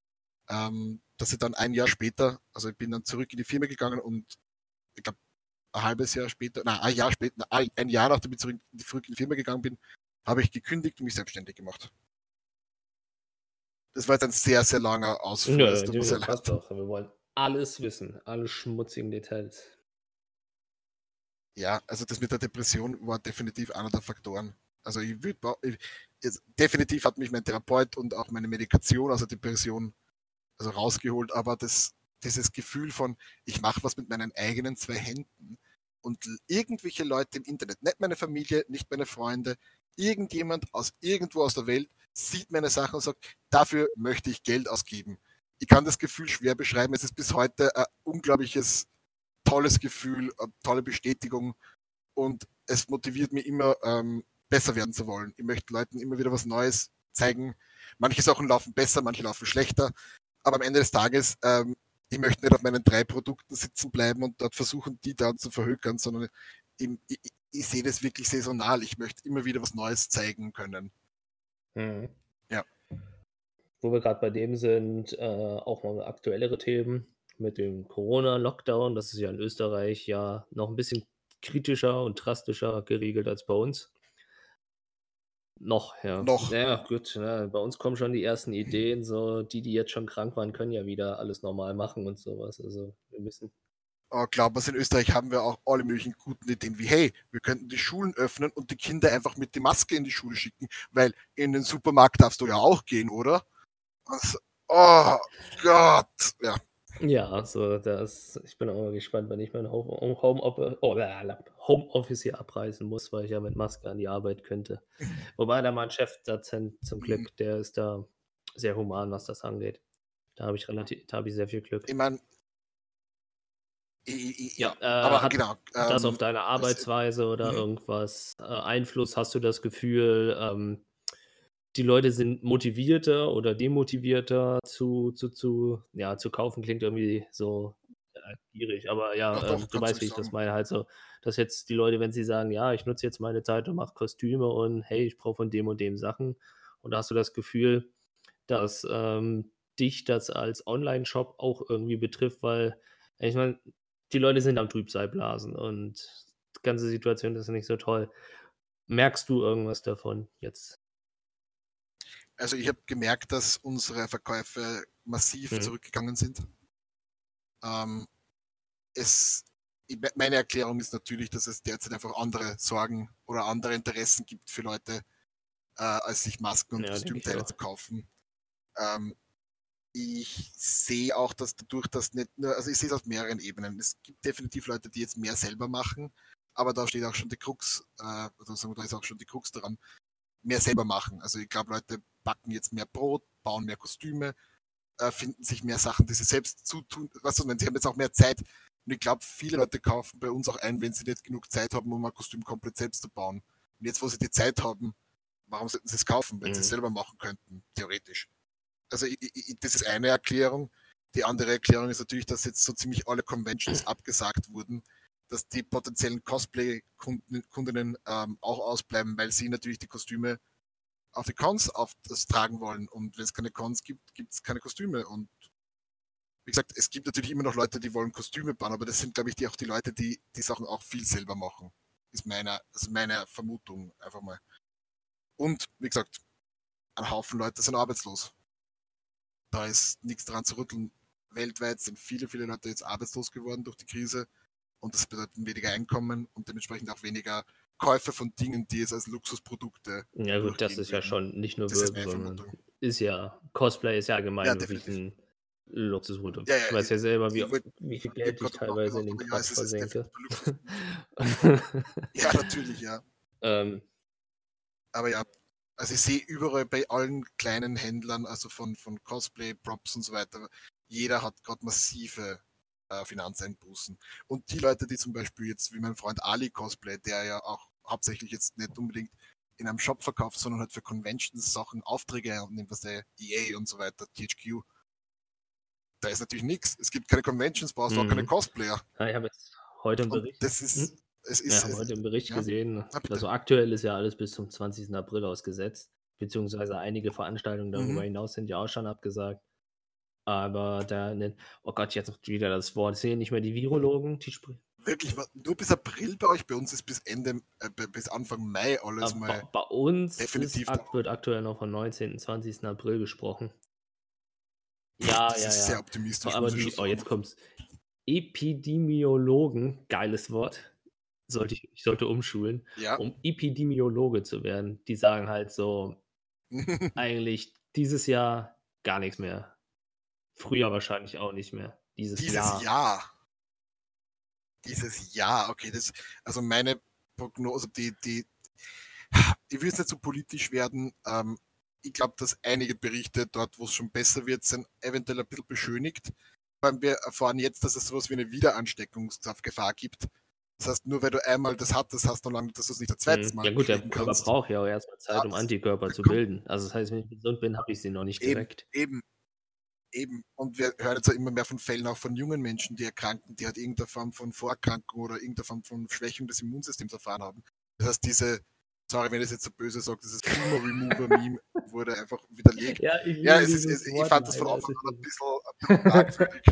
dass ich dann ein Jahr später, also ich bin dann zurück in die Firma gegangen und ich glaube ein halbes Jahr später, nein, ein Jahr später, ein Jahr nachdem ich zurück in die Firma gegangen bin, habe ich gekündigt und mich selbstständig gemacht. Das war jetzt ein sehr, sehr langer Ausflug. Nö, Es tut mir sehr das passt leid. doch. Wir wollen alles wissen, alle schmutzigen Details. Ja, also das mit der Depression war definitiv einer der Faktoren. Also definitiv hat mich mein Therapeut und auch meine Medikation, also Depression, also rausgeholt, aber dieses Gefühl von, ich mache was mit meinen eigenen zwei Händen und irgendwelche Leute im Internet, nicht meine Familie, nicht meine Freunde, irgendjemand aus irgendwo aus der Welt sieht meine Sachen und sagt, dafür möchte ich Geld ausgeben. Ich kann das Gefühl schwer beschreiben. Es ist bis heute ein unglaubliches, tolles Gefühl, eine tolle Bestätigung und es motiviert mich immer, besser werden zu wollen. Ich möchte Leuten immer wieder was Neues zeigen. Manche Sachen laufen besser, manche laufen schlechter, aber am Ende des Tages, ich möchte nicht auf meinen 3 Produkten sitzen bleiben und dort versuchen, die dann zu verhökern, sondern ich sehe das wirklich saisonal. Ich möchte immer wieder was Neues zeigen können. Mhm. Ja. Wo wir gerade bei dem sind, auch mal aktuellere Themen mit dem Corona-Lockdown. Das ist ja in Österreich ja noch ein bisschen kritischer und drastischer geregelt als bei uns. Noch, ja. Noch. Ja, gut, ne, bei uns kommen schon die ersten Ideen, so die jetzt schon krank waren, können ja wieder alles normal machen und sowas. Also wir müssen. Glauben wir, in Österreich haben wir auch alle möglichen guten Ideen, wie hey, wir könnten die Schulen öffnen und die Kinder einfach mit der Maske in die Schule schicken, weil in den Supermarkt darfst du ja auch gehen, oder? Also, oh Gott, ja. Ja, so ich bin auch mal gespannt, wenn ich mein Homeoffice hier abreißen muss, weil ich ja mit Maske an die Arbeit könnte. Wobei da mein Chefdozent zum Glück, der ist da sehr human, was das angeht. Da habe ich sehr viel Glück. Ich meine, Ja, ja, aber hat genau. das auf deine Arbeitsweise oder Mhm. irgendwas Einfluss? Hast du das Gefühl, die Leute sind motivierter oder demotivierter zu kaufen? Klingt irgendwie so gierig, aber Doch, ja, doch, du kannst du weißt, wie nicht ich das sagen. meine. Halt so, dass jetzt die Leute, wenn sie sagen, ja, ich nutze jetzt meine Zeit und mache Kostüme und hey, ich brauche von dem und dem Sachen. Und da hast du das Gefühl, dass dich das als Online-Shop auch irgendwie betrifft, weil ich meine, die Leute sind am Trübsalblasen und die ganze Situation ist nicht so toll. Merkst du irgendwas davon jetzt? Also ich habe gemerkt, dass unsere Verkäufe massiv Mhm. zurückgegangen sind. Ähm, es, meine Erklärung ist natürlich, dass es derzeit einfach andere Sorgen oder andere Interessen gibt für Leute, als sich Masken und Ja, denke ich Kostümteile auch. zu kaufen. Ähm, ich sehe auch, dass dadurch, dass nicht nur, also ich sehe es auf mehreren Ebenen. Es gibt definitiv Leute, die jetzt mehr selber machen, aber da steht auch schon die Krux, oder sagen wir, da ist auch schon die Krux daran, mehr selber machen. Also ich glaube, Leute backen jetzt mehr Brot, bauen mehr Kostüme, finden sich mehr Sachen, die sie selbst zutun. Was und sie haben jetzt auch mehr Zeit. Und ich glaube, viele Leute kaufen bei uns auch ein, wenn sie nicht genug Zeit haben, um ein Kostüm komplett selbst zu bauen. Und jetzt, wo sie die Zeit haben, warum sollten sie es kaufen, wenn sie es Mhm. selber machen könnten, theoretisch? Also das ist eine Erklärung. Die andere Erklärung ist natürlich, dass jetzt so ziemlich alle Conventions abgesagt wurden, dass die potenziellen Cosplay-Kundinnen auch ausbleiben, weil sie natürlich die Kostüme auf die Cons auf das tragen wollen. Und wenn es keine Cons gibt, gibt es keine Kostüme. Und wie gesagt, es gibt natürlich immer noch Leute, die wollen Kostüme bauen, aber das sind, glaube ich, auch die Leute, die die Sachen auch viel selber machen. Ist meine Vermutung einfach mal. Und wie gesagt, ein Haufen Leute sind arbeitslos. Da ist nichts dran zu rütteln. Weltweit sind viele, viele Leute jetzt arbeitslos geworden durch die Krise und das bedeutet weniger Einkommen und dementsprechend auch weniger Käufe von Dingen, die jetzt als Luxusprodukte Ja gut, das durchgehen ist ja würden. schon nicht nur Das ist wirken, meine sondern Vermutung. Cosplay ist ja Ja, allgemein wirklich definitiv. ein Luxusprodukt. Ja, ja, Ich weiß ja selber, ich wollte wie viel ich habe Geld ich gerade auch teilweise in gedacht, den aber ja, Quatsch es ist versenke. definitiv ein Luxusgut. Ja, natürlich, ja. Ähm, Aber ja, also ich sehe überall bei allen kleinen Händlern, also von Cosplay, Props und so weiter, jeder hat gerade massive Finanzeinbußen. Und die Leute, die zum Beispiel jetzt, wie mein Freund Ali Cosplay, der ja auch hauptsächlich jetzt nicht unbedingt in einem Shop verkauft, sondern halt für Conventions Sachen Aufträge annimmt, was der EA und so weiter, THQ, da ist natürlich nichts. Es gibt keine Conventions, brauchst du auch keine mhm. Cosplayer. Ja, ich habe jetzt heute im Und Bericht, das ist, hm? es Ja, ist, habe heute im Bericht ja, gesehen, na bitte. also aktuell ist ja alles bis zum 20. April ausgesetzt, beziehungsweise einige Veranstaltungen darüber Mhm. hinaus sind ja auch schon abgesagt. Aber oh Gott, jetzt wieder das Wort. Es sind ja nicht mehr die Virologen, Wirklich, nur bis April bei euch, bei uns ist bis Anfang Mai alles mal Bei uns definitiv. wird aktuell noch vom 19. 20. April gesprochen. Ja, das ist sehr optimistisch. Aber jetzt kommt's. Epidemiologen, geiles Wort. Ich sollte umschulen, Ja. um Epidemiologe zu werden. Die sagen halt so, eigentlich dieses Jahr gar nichts mehr. Früher wahrscheinlich auch nicht mehr. Dieses Jahr. Dieses Jahr, okay, also meine Prognose, ich will jetzt nicht so politisch werden, ich glaube, dass einige Berichte dort, wo es schon besser wird, sind eventuell ein bisschen beschönigt. Vor allem wir erfahren jetzt, dass es sowas wie eine Wiederansteckungsgefahr gibt. Das heißt, nur weil du einmal das hattest, hast du lange, dass du es nicht ein zweites Mal Ja gut, der kriegen Körper kannst. braucht ja auch erstmal Zeit, um Antikörper zu bilden. Also das heißt, wenn ich gesund bin, habe ich sie noch nicht direkt. Eben. Und wir hören jetzt auch immer mehr von Fällen auch von jungen Menschen, die erkranken, die halt irgendeine Form von Vorerkrankung oder irgendeine Form von Schwächung des Immunsystems erfahren haben. Das heißt, sorry, wenn ich es jetzt so böse sage, dieses Tumor-Remover-Meme wurde einfach widerlegt. Ja, ich fand das von Anfang an ein bisschen merkwürdig.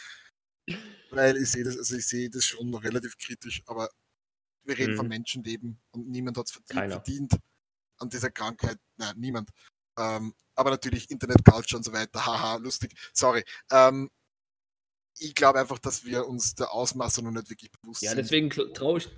Weil ich sehe das schon noch relativ kritisch, aber wir reden von Menschenleben und niemand hat es verdient an dieser Krankheit. Nein, niemand. Aber natürlich Internet-Culture und so weiter, haha, lustig. Sorry. Ich glaube einfach, dass wir uns der Ausmaße noch nicht wirklich bewusst sind. Ja, deswegen traue ich.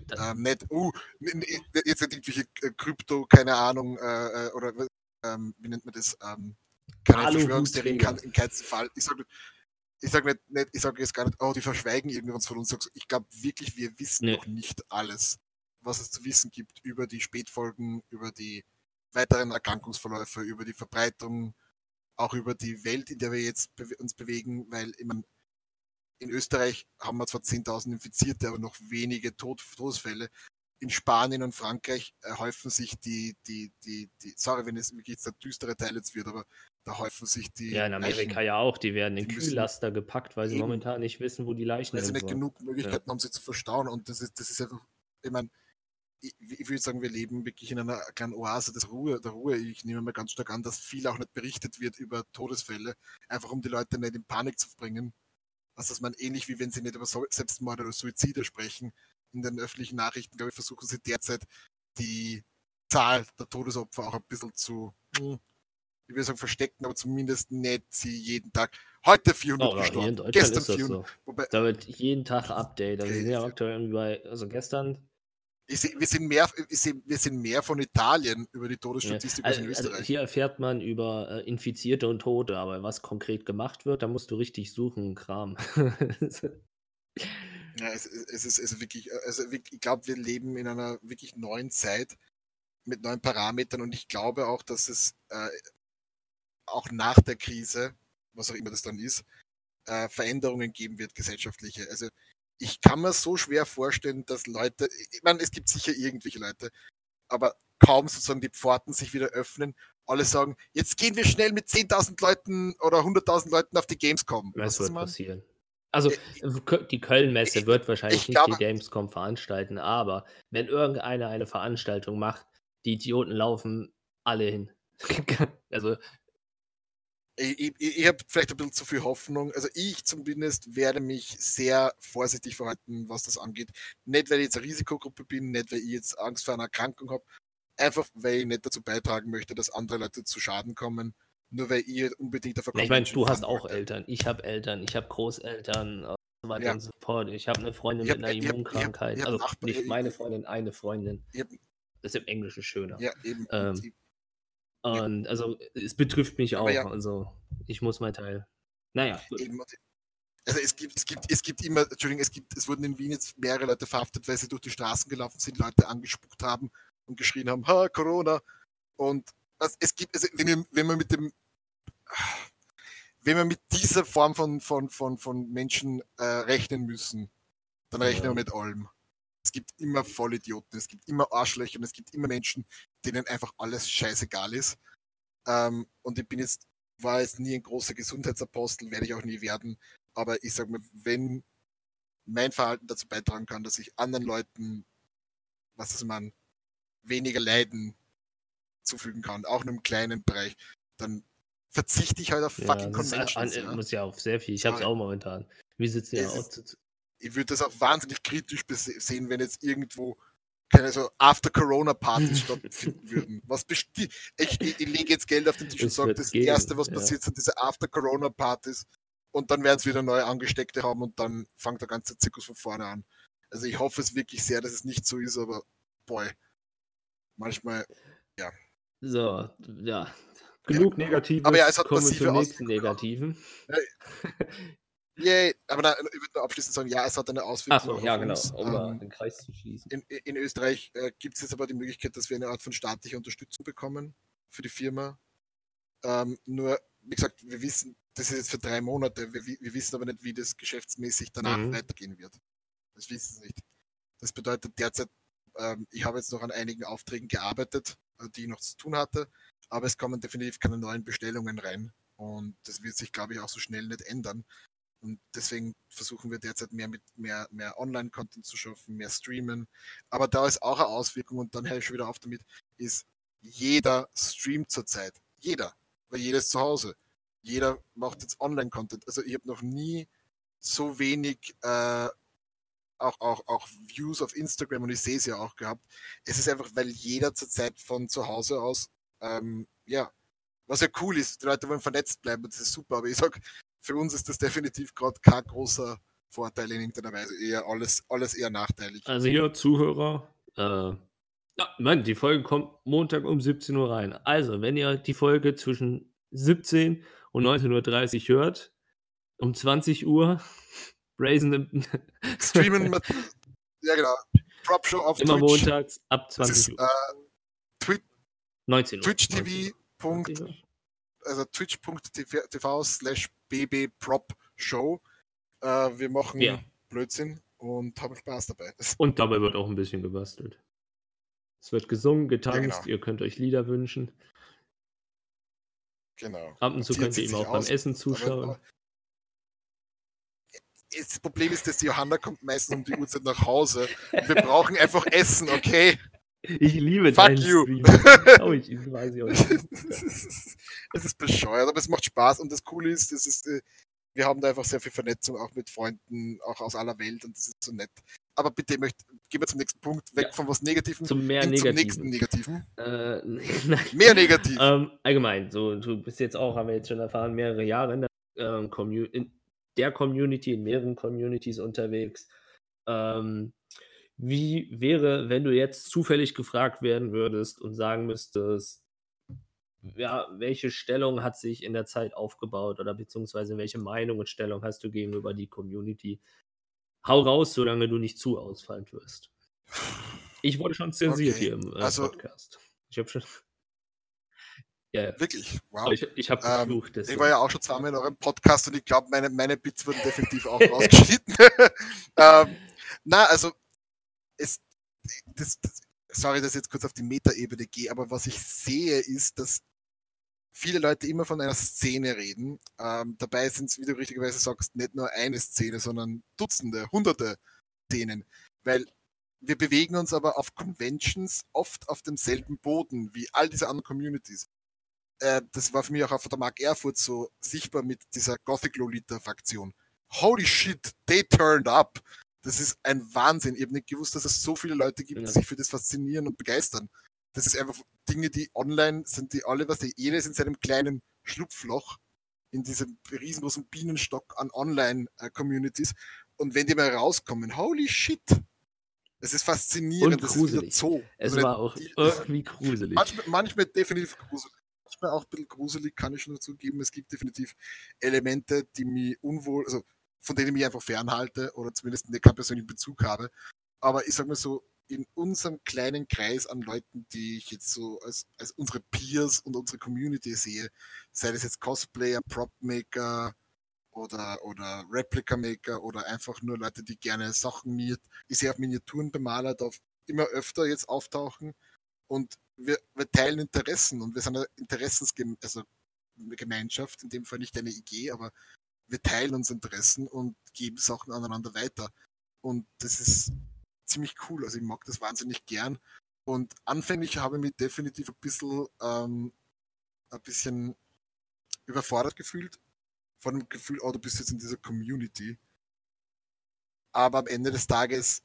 Jetzt nicht irgendwelche Krypto, keine Ahnung, oder wie nennt man das? Keine Verschwörungstheorien kann im keinsten Fall. Ich sage jetzt gar nicht, oh, die verschweigen irgendwas von uns. Ich glaube wirklich, wir wissen noch nicht alles, was es zu wissen gibt über die Spätfolgen, über die weiteren Erkrankungsverläufe, über die Verbreitung, auch über die Welt, in der wir jetzt uns bewegen, weil in Österreich haben wir zwar 10.000 Infizierte, aber noch wenige Todesfälle. In Spanien und Frankreich häufen sich sorry, wenn es wirklich jetzt der düstere Teil jetzt wird, aber da häufen sich die. Ja, in Amerika ja auch, die werden in Kühllaster gepackt, weil sie momentan nicht wissen, wo die Leichen sind. Weil sie nicht genug Möglichkeiten haben, sie zu verstauen. Und das ist einfach, ich meine, ich würde sagen, wir leben wirklich in einer kleinen Oase der Ruhe. Ich nehme mal ganz stark an, dass viel auch nicht berichtet wird über Todesfälle, einfach um die Leute nicht in Panik zu bringen. Also dass man ähnlich wie wenn sie nicht über Selbstmord oder Suizide sprechen, in den öffentlichen Nachrichten, glaube ich, versuchen sie derzeit die Zahl der Todesopfer auch ein bisschen zu, ich will sagen verstecken, aber zumindest nicht sie jeden Tag. Heute 400 gestorben, gestern 400. So. Da wird jeden Tag Update. Also wir sind ja aktuell irgendwie also gestern. Wir sind mehr von Italien über die Todesstatistik als in Österreich. Also hier erfährt man über Infizierte und Tote, aber was konkret gemacht wird, da musst du richtig suchen, Kram. Ja, es ist wirklich, ich glaube, wir leben in einer wirklich neuen Zeit mit neuen Parametern und ich glaube auch, dass es auch nach der Krise, was auch immer das dann ist, Veränderungen geben wird, gesellschaftliche. Also ich kann mir so schwer vorstellen, dass Leute, ich meine, es gibt sicher irgendwelche Leute, aber kaum sozusagen die Pforten sich wieder öffnen, alle sagen, jetzt gehen wir schnell mit 10.000 Leuten oder 100.000 Leuten auf die Gamescom. Das wird passieren. Also die Köln-Messe wird wahrscheinlich nicht die Gamescom veranstalten, aber wenn irgendeiner eine Veranstaltung macht, die Idioten laufen alle hin. Also ich habe vielleicht ein bisschen zu viel Hoffnung. Also ich zumindest werde mich sehr vorsichtig verhalten, was das angeht. Nicht, weil ich jetzt eine Risikogruppe bin, nicht, weil ich jetzt Angst vor einer Erkrankung habe, einfach, weil ich nicht dazu beitragen möchte, dass andere Leute zu Schaden kommen, nur weil ihr unbedingt davon Ich meine, du hast auch Eltern, ich habe Großeltern und so weiter und so fort. Ich habe eine Freundin mit einer Immunkrankheit. Also nicht meine Freundin, eine Freundin. Das ist im Englischen schöner. Ja, eben. Und also es betrifft mich auch. Ja. Also ich muss mein Teil. Naja. Eben. Also es gibt immer, Entschuldigung, es wurden in Wien jetzt mehrere Leute verhaftet, weil sie durch die Straßen gelaufen sind, Leute angespuckt haben und geschrien haben, ha, Corona. Und es gibt, also wenn wir mit dieser Form von Menschen rechnen müssen, dann rechnen wir mit allem. Es gibt immer Vollidioten, es gibt immer Arschlöcher und es gibt immer Menschen, denen einfach alles scheißegal ist. Und war jetzt nie ein großer Gesundheitsapostel, werde ich auch nie werden. Aber ich sage mal, wenn mein Verhalten dazu beitragen kann, dass ich anderen Leuten, weniger Leiden zufügen kann, auch in einem kleinen Bereich, dann verzichte ich halt auf fucking Conventions. Muss ja auf sehr viel. Ich habe es auch momentan. Wie sitzt ihr aus? ich würde das auch wahnsinnig kritisch sehen, wenn jetzt irgendwo keine so After-Corona-Partys stattfinden würden. Ich lege jetzt Geld auf den Tisch und Es sage, wird's das geben, Erste, was ja. passiert, sind diese After-Corona-Partys und dann werden es wieder neue Angesteckte haben und dann fängt der ganze Zirkus von vorne an. Also ich hoffe es wirklich sehr, dass es nicht so ist, aber boy, manchmal, ja. So, ja. Genug Negatives, Aber ja, es hat kommen wir massive zum nächsten Auswirkungen. Negativen. Yay, aber da, ich würde nur abschließend sagen, ja, es hat eine Auswirkung Achso, auch ja, auf genau, uns. um mal den Kreis zu schließen. In Österreich gibt es jetzt aber die Möglichkeit, dass wir eine Art von staatlicher Unterstützung bekommen für die Firma. Nur, wie gesagt, wir wissen, das ist jetzt für 3 Monate, wir wissen aber nicht, wie das geschäftsmäßig danach weitergehen wird. Das wissen wir nicht. Das bedeutet derzeit, ich habe jetzt noch an einigen Aufträgen gearbeitet, die ich noch zu tun hatte, aber es kommen definitiv keine neuen Bestellungen rein und das wird sich, glaube ich, auch so schnell nicht ändern. Und deswegen versuchen wir derzeit mehr Online-Content zu schaffen, mehr streamen. Aber da ist auch eine Auswirkung, und dann höre ich schon wieder auf damit, ist, jeder streamt zurzeit. Jeder. Weil jeder ist zu Hause. Jeder macht jetzt Online-Content. Also ich habe noch nie so wenig auch Views auf Instagram, und ich sehe es ja auch gehabt. Es ist einfach, weil jeder zurzeit von zu Hause aus, ja, was ja cool ist, die Leute wollen vernetzt bleiben, das ist super, aber ich sag, für uns ist das definitiv gerade kein großer Vorteil in irgendeiner Weise, eher alles eher nachteilig. Also hier, Zuhörer, ja, Mann, die Folge kommt Montag um 17 Uhr rein. Also, wenn ihr die Folge zwischen 17 und 19:30 Uhr hört, um 20 Uhr, Brazen Streamen mit, ja genau, Prop Show auf immer Twitch. montags ab Das 20 ist Uhr. 19 Uhr. Twitch TV. Also twitch.tv/bbpropshow. Wir machen Ja. Blödsinn und haben Spaß dabei. Und dabei wird auch ein bisschen gebastelt. Es wird gesungen, getanzt, Ja, genau. ihr könnt euch Lieder wünschen. Genau. Ab und zu könnt ihr ihm auch beim aus, Essen zuschauen. aber das Problem ist, dass die Johanna kommt meistens um die Uhrzeit nach Hause. Wir brauchen einfach Essen, okay? Ich liebe Fuck deinen you. Stream. Oh, ich weiß ich auch nicht. Es ist bescheuert, aber es macht Spaß, und das Coole ist, wir haben da einfach sehr viel Vernetzung auch mit Freunden, auch aus aller Welt, und das ist so nett. Aber bitte, gehen wir zum nächsten Punkt, weg von was Negativem, zum nächsten Negativen. Nein. Mehr negativ. Allgemein, so, du bist jetzt auch, haben wir jetzt schon erfahren, mehrere Jahre in der Community, in mehreren Communities unterwegs. Wie wäre, wenn du jetzt zufällig gefragt werden würdest und sagen müsstest, ja, welche Stellung hat sich in der Zeit aufgebaut oder beziehungsweise welche Meinung und Stellung hast du gegenüber die Community? Hau raus, solange du nicht zu ausfallend wirst. Ich wurde schon zensiert hier im Podcast. Ich habe schon. Ja. Wirklich, wow. Ich habe geflucht. Ich war ja auch schon zweimal in eurem Podcast und ich glaube, meine Bits wurden definitiv auch rausgeschnitten. Also, sorry, dass ich jetzt kurz auf die Metaebene gehe, aber was ich sehe, ist, dass viele Leute immer von einer Szene reden. Dabei sind es, wie du richtigerweise sagst, nicht nur eine Szene, sondern Dutzende, Hunderte Szenen. Weil wir bewegen uns aber auf Conventions oft auf demselben Boden wie all diese anderen Communities. Das war für mich auch auf der Mark Erfurt so sichtbar mit dieser Gothic-Lolita-Fraktion. Holy shit, they turned up. Das ist ein Wahnsinn. Ich habe nicht gewusst, dass es so viele Leute gibt, die sich für das faszinieren und begeistern. Das ist einfach Dinge, die online sind, die alle, jeder ist in seinem kleinen Schlupfloch, in diesem riesengroßen Bienenstock an Online-Communities. Und wenn die mal rauskommen, holy shit. Es ist faszinierend. Und gruselig. Das ist wieder Zoo. Es war auch irgendwie gruselig. Manchmal definitiv gruselig. Manchmal auch ein bisschen gruselig, kann ich schon dazu geben. Es gibt definitiv Elemente, die mich unwohl, also von denen ich mich einfach fernhalte oder zumindest keinen persönlichen Bezug habe. Aber ich sag mal so, in unserem kleinen Kreis an Leuten, die ich jetzt so als unsere Peers und unsere Community sehe, sei das jetzt Cosplayer, Prop-Maker oder Replica-Maker oder einfach nur Leute, die gerne Sachen ich sehe auch Miniaturenbemaler, da immer öfter jetzt auftauchen, und wir teilen Interessen und wir sind eine Interessensgemeinschaft, in dem Fall nicht eine IG, aber wir teilen uns Interessen und geben Sachen aneinander weiter. Und das ist ziemlich cool. Also ich mag das wahnsinnig gern. Und anfänglich habe ich mich definitiv ein bisschen überfordert gefühlt. Von dem Gefühl, oh, du bist jetzt in dieser Community. aber am Ende des Tages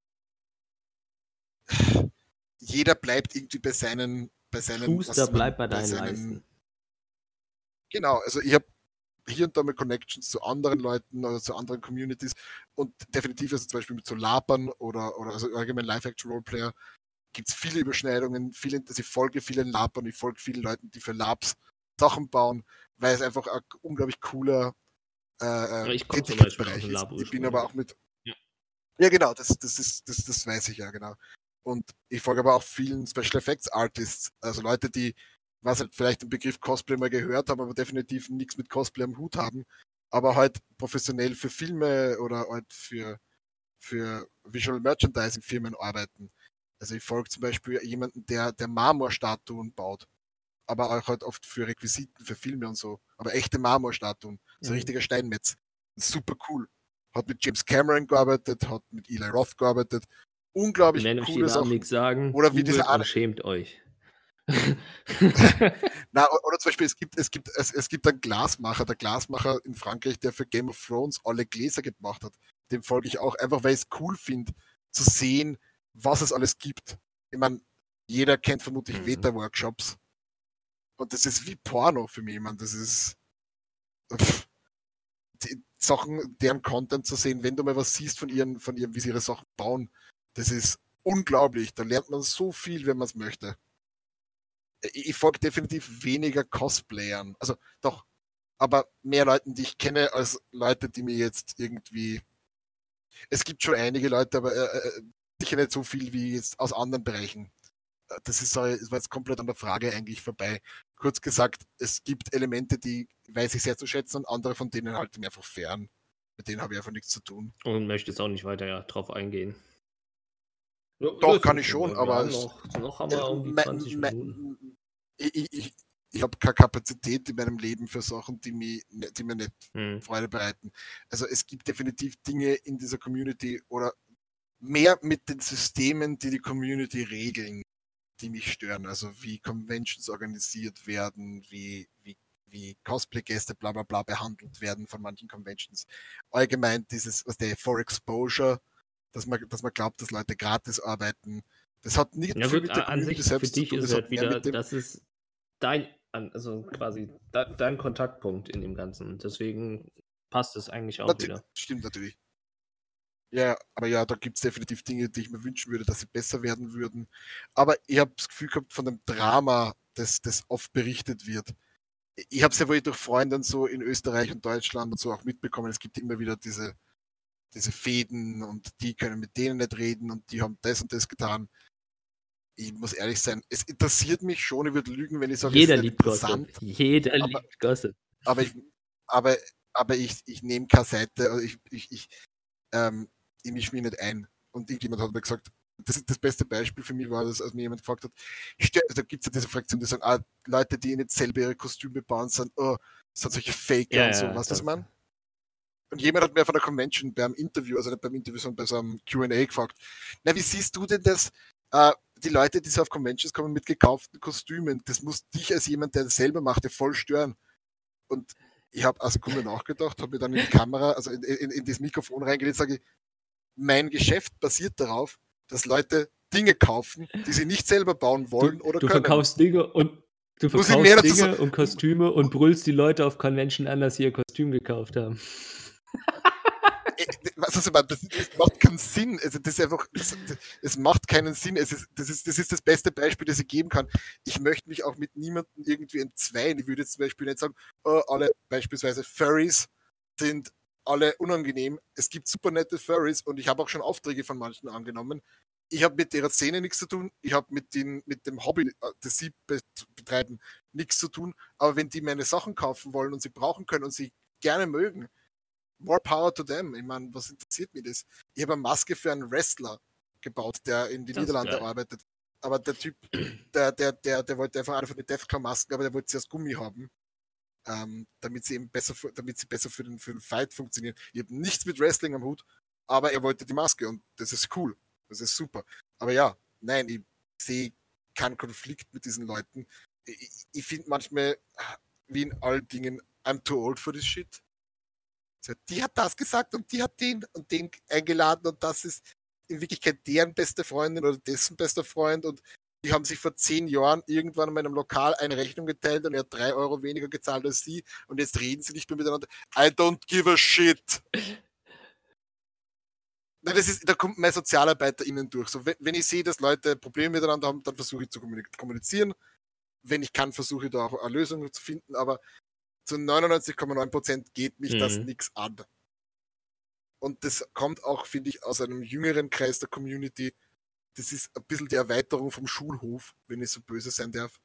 jeder bleibt irgendwie bei seinen Schuster bleibt bei deinen Leisten. Genau, also ich habe hier und da mal Connections zu anderen Leuten oder zu anderen Communities und definitiv, also zum Beispiel mit so Labern oder also allgemein Live-Action-Roleplayer gibt es viele Überschneidungen, also ich folge vielen Labern, ich folge vielen Leuten, die für Labs Sachen bauen, weil es einfach ein unglaublich cooler Ich komme zum Beispiel aus Tätigkeitsbereich dem ist. Lab Ich bin aber auch ursprünglich. mit, Ja. ja genau, das weiß ich ja, genau. Und ich folge aber auch vielen Special Effects Artists, also Leute, die, was halt vielleicht den Begriff Cosplay mal gehört haben, aber definitiv nichts mit Cosplay am Hut haben, aber halt professionell für Filme oder halt für Visual Merchandising Firmen arbeiten. Also ich folge zum Beispiel jemanden, der Marmorstatuen baut, aber auch halt oft für Requisiten, für Filme und so. Aber echte Marmorstatuen, so richtiger Steinmetz. Super cool. Hat mit James Cameron gearbeitet, hat mit Eli Roth gearbeitet. Unglaublich Wenn euch die coole Namen Sachen. nichts sagen, Oder wie dieser googelt und schämt euch. Na, oder zum Beispiel, es gibt einen Glasmacher, der Glasmacher in Frankreich, der für Game of Thrones alle Gläser gemacht hat. Dem folge ich auch, einfach weil ich es cool finde, zu sehen, was es alles gibt. Ich meine, jeder kennt vermutlich Veta-Workshops. Und das ist wie Porno für mich. Ich meine, das ist die Sachen, deren Content zu sehen, wenn du mal was siehst von ihren, wie sie ihre Sachen bauen, das ist unglaublich. Da lernt man so viel, wenn man es möchte. Ich folge definitiv weniger Cosplayern. Also doch, aber mehr Leuten, die ich kenne, als Leute, die mir jetzt irgendwie. Es gibt schon einige Leute, aber sicher nicht so viel wie jetzt aus anderen Bereichen. Das war jetzt komplett an der Frage eigentlich vorbei. Kurz gesagt, es gibt Elemente, die weiß ich sehr zu schätzen und andere von denen halte ich mir einfach fern. Mit denen habe ich einfach nichts zu tun. Und möchte jetzt auch nicht weiter drauf eingehen. Ja, Doch, das kann ist ich schön, schon, weil wir aber haben noch haben wir um die 20 Minuten. ich habe keine Kapazität in meinem Leben für Sachen, die mir nicht Freude bereiten. Also es gibt definitiv Dinge in dieser Community oder mehr mit den Systemen, die Community regeln, die mich stören. Also wie Conventions organisiert werden, wie Cosplay-Gäste bla bla bla behandelt werden von manchen Conventions. Allgemein dieses, was der For Exposure, dass man glaubt, dass Leute gratis arbeiten. Das hat nicht Ja viel gut, mit der an Community sich für selbst zu dich tun, ist es das hat halt mehr wieder, mit dem. das ist also quasi dein Kontaktpunkt in dem Ganzen. Deswegen passt es eigentlich auch wieder. Stimmt natürlich. Ja, aber ja, da gibt es definitiv Dinge, die ich mir wünschen würde, dass sie besser werden würden. Aber ich habe das Gefühl gehabt von dem Drama, das oft berichtet wird. Ich habe es ja wohl durch Freunde und so in Österreich und Deutschland und so auch mitbekommen. Es gibt immer wieder diese Fäden und die können mit denen nicht reden und die haben das und das getan. Ich muss ehrlich sein, es interessiert mich schon, ich würde lügen, wenn ich sage, es ist Jeder nicht liebt Gossip. interessant, Jeder aber, liebt Gossip. aber ich, aber, aber ich nehme keine Seite, also ich mische mich nicht ein. Und irgendjemand hat mir gesagt, das beste Beispiel für mich war, dass als mir jemand gefragt hat, da gibt es ja diese Fraktion, die sagen, Leute, die nicht selber ihre Kostüme bauen, sind solche Faker und so, weißt du, was ich meine? Und jemand hat mir von der Convention beim Interview, also nicht beim Interview, sondern bei so einem Q&A gefragt, na, wie siehst du denn das, die Leute, die so auf Conventions kommen mit gekauften Kostümen, das muss dich als jemand, der das selber macht, ja voll stören. Und ich habe eine Sekunde nachgedacht, habe mir dann in die Kamera, also in das Mikrofon reingelegt, sage ich, mein Geschäft basiert darauf, dass Leute Dinge kaufen, die sie nicht selber bauen wollen oder du können. Verkaufst Dinge und du Muss verkaufst ich mehr dazu Dinge sagen? und Kostüme und brüllst die Leute auf Convention an, dass sie ihr Kostüm gekauft haben. Was man, das macht keinen Sinn. Also das ist einfach, es macht keinen Sinn. Das ist das beste Beispiel, das ich geben kann. Ich möchte mich auch mit niemandem irgendwie entzweien. Ich würde jetzt zum Beispiel nicht sagen, oh, alle beispielsweise Furries sind alle unangenehm. Es gibt super nette Furries und ich habe auch schon Aufträge von manchen angenommen. Ich habe mit ihrer Szene nichts zu tun. Ich habe mit dem Hobby, das sie betreiben, nichts zu tun. Aber wenn die meine Sachen kaufen wollen und sie brauchen können und sie gerne mögen, more power to them. Ich meine, was interessiert mich das? Ich habe eine Maske für einen Wrestler gebaut, der in die Das ist Niederlande geil. arbeitet. Aber der Typ, der wollte einfach eine von den Deathclaw-Masken, aber der wollte sie aus Gummi haben. Damit sie besser für den Fight funktionieren. Ich habe nichts mit Wrestling am Hut, aber er wollte die Maske und das ist cool. Das ist super. Aber ja, nein, ich sehe keinen Konflikt mit diesen Leuten. Ich finde manchmal, wie in allen Dingen, I'm too old for this shit. Die hat das gesagt und die hat den und den eingeladen und das ist in Wirklichkeit deren beste Freundin oder dessen bester Freund und die haben sich vor 10 Jahren irgendwann in meinem Lokal eine Rechnung geteilt und er hat 3 Euro weniger gezahlt als sie und jetzt reden sie nicht mehr miteinander. I don't give a shit. Nein, da kommt mein Sozialarbeiter innen durch. So, wenn ich sehe, dass Leute Probleme miteinander haben, dann versuche ich zu kommunizieren. Wenn ich kann, versuche ich da auch eine Lösung zu finden, aber zu 99,9% geht mich das nichts an. Und das kommt auch, finde ich, aus einem jüngeren Kreis der Community. Das ist ein bisschen die Erweiterung vom Schulhof, wenn ich so böse sein darf.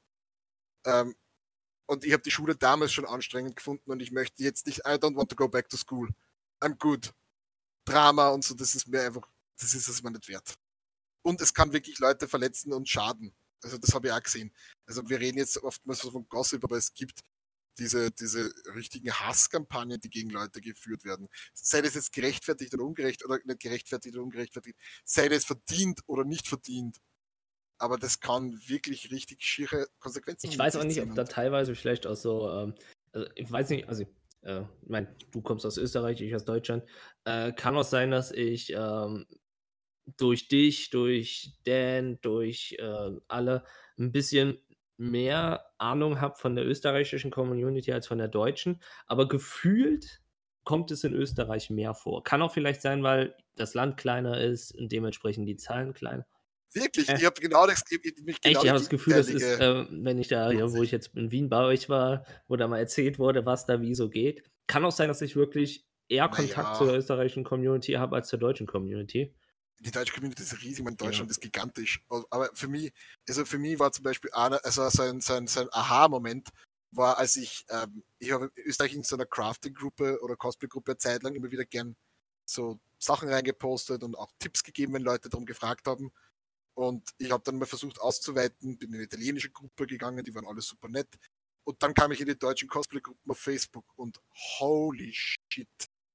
Und ich habe die Schule damals schon anstrengend gefunden und ich möchte jetzt nicht, I don't want to go back to school. I'm good. Drama und so, das ist mir einfach, das ist es mir nicht wert. Und es kann wirklich Leute verletzen und schaden. Also das habe ich auch gesehen. Also wir reden jetzt oftmals von Gossip, aber es gibt diese richtigen Hasskampagnen, die gegen Leute geführt werden. Sei das jetzt gerechtfertigt oder ungerecht oder nicht gerechtfertigt oder ungerechtfertigt, sei das verdient oder nicht verdient. Aber das kann wirklich richtig schiere Konsequenzen haben. Ich weiß auch nicht, ob da teilweise vielleicht auch so, also ich weiß nicht, also ich meine, du kommst aus Österreich, ich aus Deutschland. Kann auch sein, dass ich durch dich, durch Dan, durch alle ein bisschen mehr Ahnung habe von der österreichischen Community als von der deutschen, aber gefühlt kommt es in Österreich mehr vor. Kann auch vielleicht sein, weil das Land kleiner ist und dementsprechend die Zahlen kleiner. Wirklich, ich habe genau das, mich genau Echt, ich habe das Gefühl, das ist, wenn ich da, ja, wo ich jetzt in Wien bei euch war, wo da mal erzählt wurde, was da wie so geht. Kann auch sein, dass ich wirklich eher Kontakt zur österreichischen Community habe als zur deutschen Community. Die deutsche Community ist riesig, in Deutschland ist gigantisch. Aber für mich war zum Beispiel so ein Aha-Moment, war, als ich habe in Österreich in so einer Crafting-Gruppe oder Cosplay-Gruppe eine Zeit lang immer wieder gern so Sachen reingepostet und auch Tipps gegeben, wenn Leute darum gefragt haben. Und ich habe dann mal versucht auszuweiten, bin in eine italienische Gruppe gegangen, die waren alle super nett. Und dann kam ich in die deutschen Cosplay-Gruppen auf Facebook und holy shit,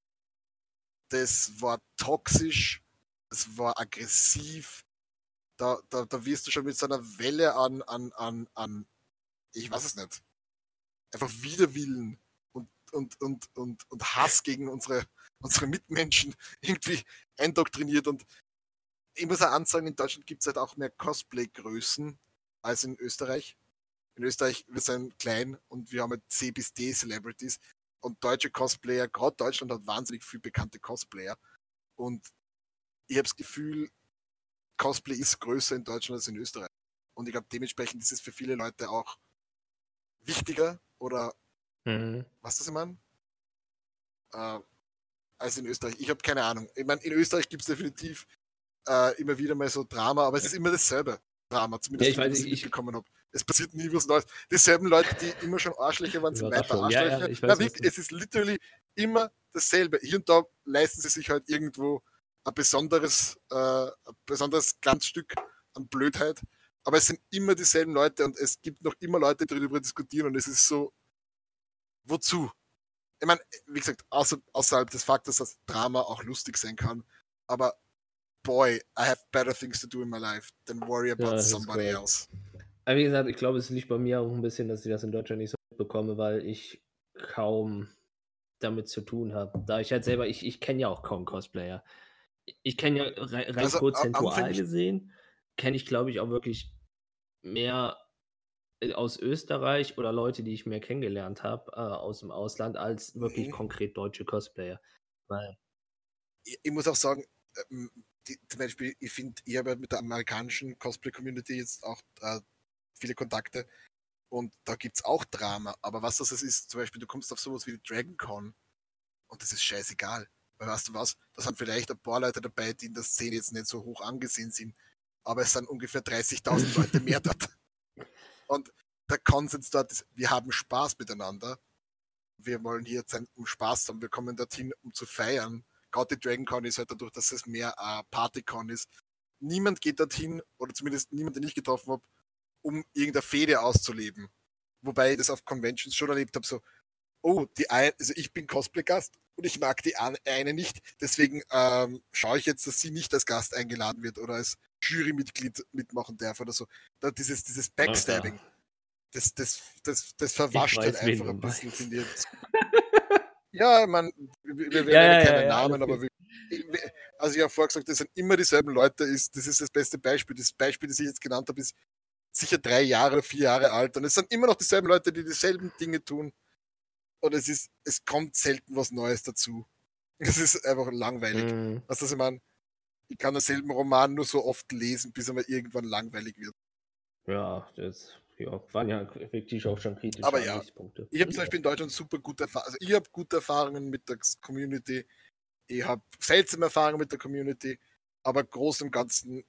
das war toxisch, das war aggressiv. Da wirst du schon mit so einer Welle an, ich weiß es nicht, einfach Widerwillen und Hass gegen unsere Mitmenschen irgendwie eindoktriniert. Und ich muss auch ansagen, in Deutschland gibt es halt auch mehr Cosplay-Größen als in Österreich. In Österreich, wir sind klein und wir haben halt C bis D Celebrities. Und deutsche Cosplayer, gerade Deutschland hat wahnsinnig viele bekannte Cosplayer. Und ich habe das Gefühl, Cosplay ist größer in Deutschland als in Österreich. Und ich glaube, dementsprechend ist es für viele Leute auch wichtiger oder was das ich meine? Als in Österreich. Ich habe keine Ahnung. Ich meine, in Österreich gibt es definitiv immer wieder mal so Drama, aber es ist immer dasselbe Drama, zumindest ja, ich mitbekommen habe. Es passiert nie was Neues. Dieselben Leute, die immer schon Arschlöcher waren, sind weiter Arschlöcher. Ja, ich weiß, es ist literally immer dasselbe. Hier und da leisten sie sich halt irgendwo ein besonderes Glanzstück an Blödheit, aber es sind immer dieselben Leute und es gibt noch immer Leute, die darüber diskutieren und es ist so, wozu? Ich meine, wie gesagt, außerhalb des Faktors, dass Drama auch lustig sein kann, aber boy, I have better things to do in my life than worry about somebody else. Aber wie gesagt, ich glaube, es liegt bei mir auch ein bisschen, dass ich das in Deutschland nicht so mitbekomme, weil ich kaum damit zu tun habe. Da ich halt selber, ich kenne ja auch kaum Cosplayer. Ich kenne ja rein also, prozentual gesehen, kenne ich, glaube ich, auch wirklich mehr aus Österreich oder Leute, die ich mehr kennengelernt habe aus dem Ausland, als wirklich konkret deutsche Cosplayer. Weil ich muss auch sagen, zum Beispiel, ich finde, ich habe mit der amerikanischen Cosplay-Community jetzt auch viele Kontakte und da gibt es auch Drama, aber was das ist, zum Beispiel, du kommst auf sowas wie DragonCon und das ist scheißegal, weil weißt du was, da sind vielleicht ein paar Leute dabei, die in der Szene jetzt nicht so hoch angesehen sind, aber es sind ungefähr 30.000 Leute mehr dort. Und der Konsens dort ist, wir haben Spaß miteinander, wir wollen hier jetzt um Spaß haben, wir kommen dorthin, um zu feiern. Gerade die DragonCon ist halt dadurch, dass es mehr Partycon ist. Niemand geht dorthin, oder zumindest niemand, den ich getroffen habe, um irgendeine Fehde auszuleben. Wobei ich das auf Conventions schon erlebt habe, so, oh, also ich bin Cosplay-Gast und ich mag die eine nicht, deswegen schaue ich jetzt, dass sie nicht als Gast eingeladen wird oder als Jurymitglied mitmachen darf oder so. Da dieses Backstabbing. Okay. Das verwascht halt einfach ein bisschen, finde ich. Ja, man, wir Ja, nennen ja, keine ja, Namen, alles aber gut. also ich habe vorher gesagt, das sind immer dieselben Leute, das ist das beste Beispiel. Das Beispiel, das ich jetzt genannt habe, ist sicher 3 Jahre oder 4 Jahre alt und es sind immer noch dieselben Leute, die dieselben Dinge tun und es kommt selten was Neues dazu. Es ist einfach langweilig. Mhm. Weißt du, was ich meine? Ich kann denselben Roman nur so oft lesen, bis er mal irgendwann langweilig wird. Ja, das waren ja wirklich auch schon kritische Aber ja, Ansichtspunkte. ich habe zum Beispiel in Deutschland super gute Erfahrungen, also ich habe gute Erfahrungen mit der Community, ich habe seltsame Erfahrungen mit der Community, aber groß im Ganzen